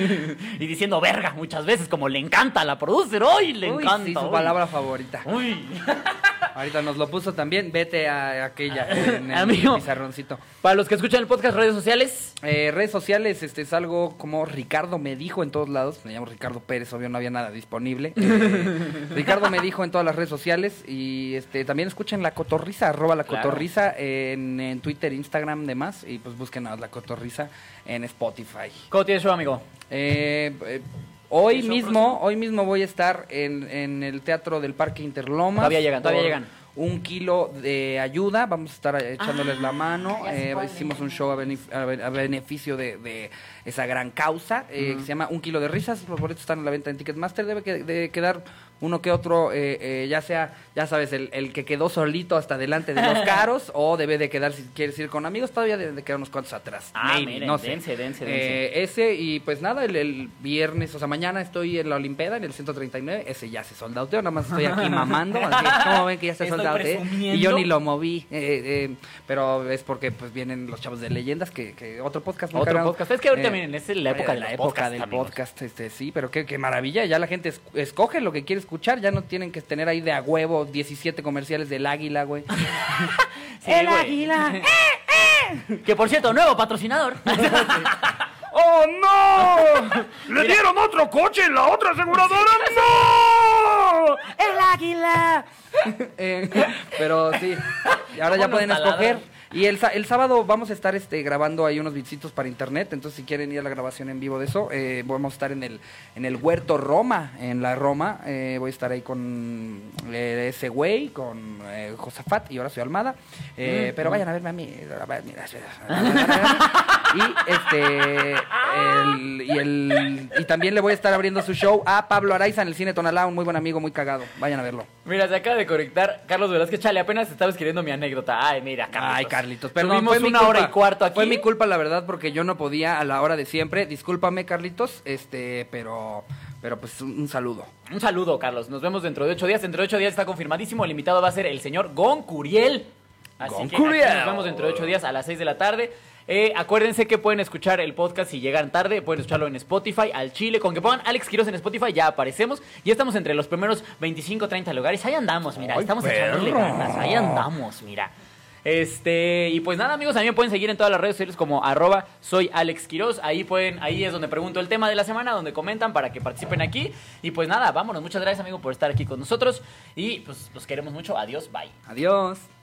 Y diciendo verga muchas veces, como le encanta a la producer. ¡Uy, le Uy, encanta! sí, su uy. palabra favorita. Uy. Ahorita nos lo puso también. Vete a aquella en el Amigo. pizarroncito. Para los que escuchan el podcast, redes sociales. Eh, redes sociales, este es algo como Ricardo me dijo en todos lados. Me llamo Ricardo Pérez, obvio no había nada disponible. Eh, Ricardo me dijo en todas las redes sociales. Y este también escuchen La Cotorriza, arroba La Claro. Cotorriza en, en Twitter, Instagram, demás. Y pues busquen a La Cotorriza en Spotify. ¿Cómo tienes show, amigo? Eh, eh, hoy ¿El show mismo, próximo? hoy mismo voy a estar en, en el Teatro del Parque Interlomas. Todavía llegan, todavía por llegan. Un kilo de ayuda, vamos a estar echándoles la mano. ya sé Eh, cuál hicimos es. un show a, benef- a be- a beneficio de, de esa gran causa eh, que se llama Un Kilo de Risas. Los boletos están a la venta en Ticketmaster. Debe que- de quedar uno que otro, eh, eh, ya sea, ya sabes, el, el que quedó solito hasta delante de los caros, o debe de quedar, si quieres ir con amigos, todavía deben de quedar unos cuantos atrás. Ah, Maybe, miren, no sé. dense, dense, dense. Eh, ese, y pues nada, el, el viernes, o sea, mañana estoy en la Olimpiada, en el ciento treinta y nueve, ese ya se soldauteó, nada más estoy aquí mamando, así, como ven que ya se Estoy soldauteó, presumiendo. y yo ni lo moví, eh, eh, pero es porque pues vienen los chavos de leyendas, que, que otro podcast muy Otro cagado. podcast. Es que ahorita, Eh, miren, es la época de la los época podcasts, del amigos. podcast, este, sí, pero qué, qué maravilla, ya la gente es- escoge lo que quiere escuchar, ya no tienen que tener ahí de a huevo diecisiete comerciales del águila, güey. Sí, ¡El güey. águila! Que por cierto, nuevo patrocinador. ¡Oh, no! ¿Le dieron otro coche en la otra aseguradora? ¡No! ¡El águila! Eh, pero sí, y ahora ya Vámonos, pueden taladro. escoger. Y el, sa- el sábado vamos a estar este, grabando ahí unos bitsitos para internet, entonces si quieren ir a la grabación en vivo de eso, eh, vamos a estar en el, en el Huerto Roma, en la Roma, eh, voy a estar ahí con eh, ese güey, con eh, Josafat y Horacio Almada, eh, pero vayan a verme a mí, a ver, mira, y este el, y el y también le voy a estar abriendo su show a Pablo Araiza en el Cine Tonalá, un muy buen amigo, muy cagado, vayan a verlo. Mira, se acaba de conectar Carlos Velázquez. Chale, apenas estaba escribiendo mi anécdota. Ay, mira, Carlitos. Ay, Carlitos, perdón, Tuvimos fue mi una culpa. hora y cuarto aquí. Fue mi culpa, la verdad, porque yo no podía a la hora de siempre. Discúlpame, Carlitos, este, pero, pero pues un, un saludo. Un saludo, Carlos. Nos vemos dentro de ocho días. Dentro de ocho días está confirmadísimo. El invitado va a ser el señor Gon Curiel. Así Gon que aquí Curiel. nos vemos dentro de ocho días a las seis de la tarde. Eh, acuérdense que pueden escuchar el podcast si llegan tarde. Pueden escucharlo en Spotify, al chile. Con que pongan Alex Quiroz en Spotify ya aparecemos. Ya estamos entre los primeros veinticinco, treinta lugares. Ahí andamos, mira. Ay, Estamos perro. echándole ganas. Ahí andamos, mira. Este, y pues nada, amigos, a mí me pueden seguir en todas las redes sociales como arroba soy Alex Quiroz. Ahí pueden, ahí es donde pregunto el tema de la semana, donde comentan para que participen aquí. Y pues nada, vámonos. Muchas gracias, amigo, por estar aquí con nosotros. Y pues los queremos mucho. Adiós, bye. Adiós.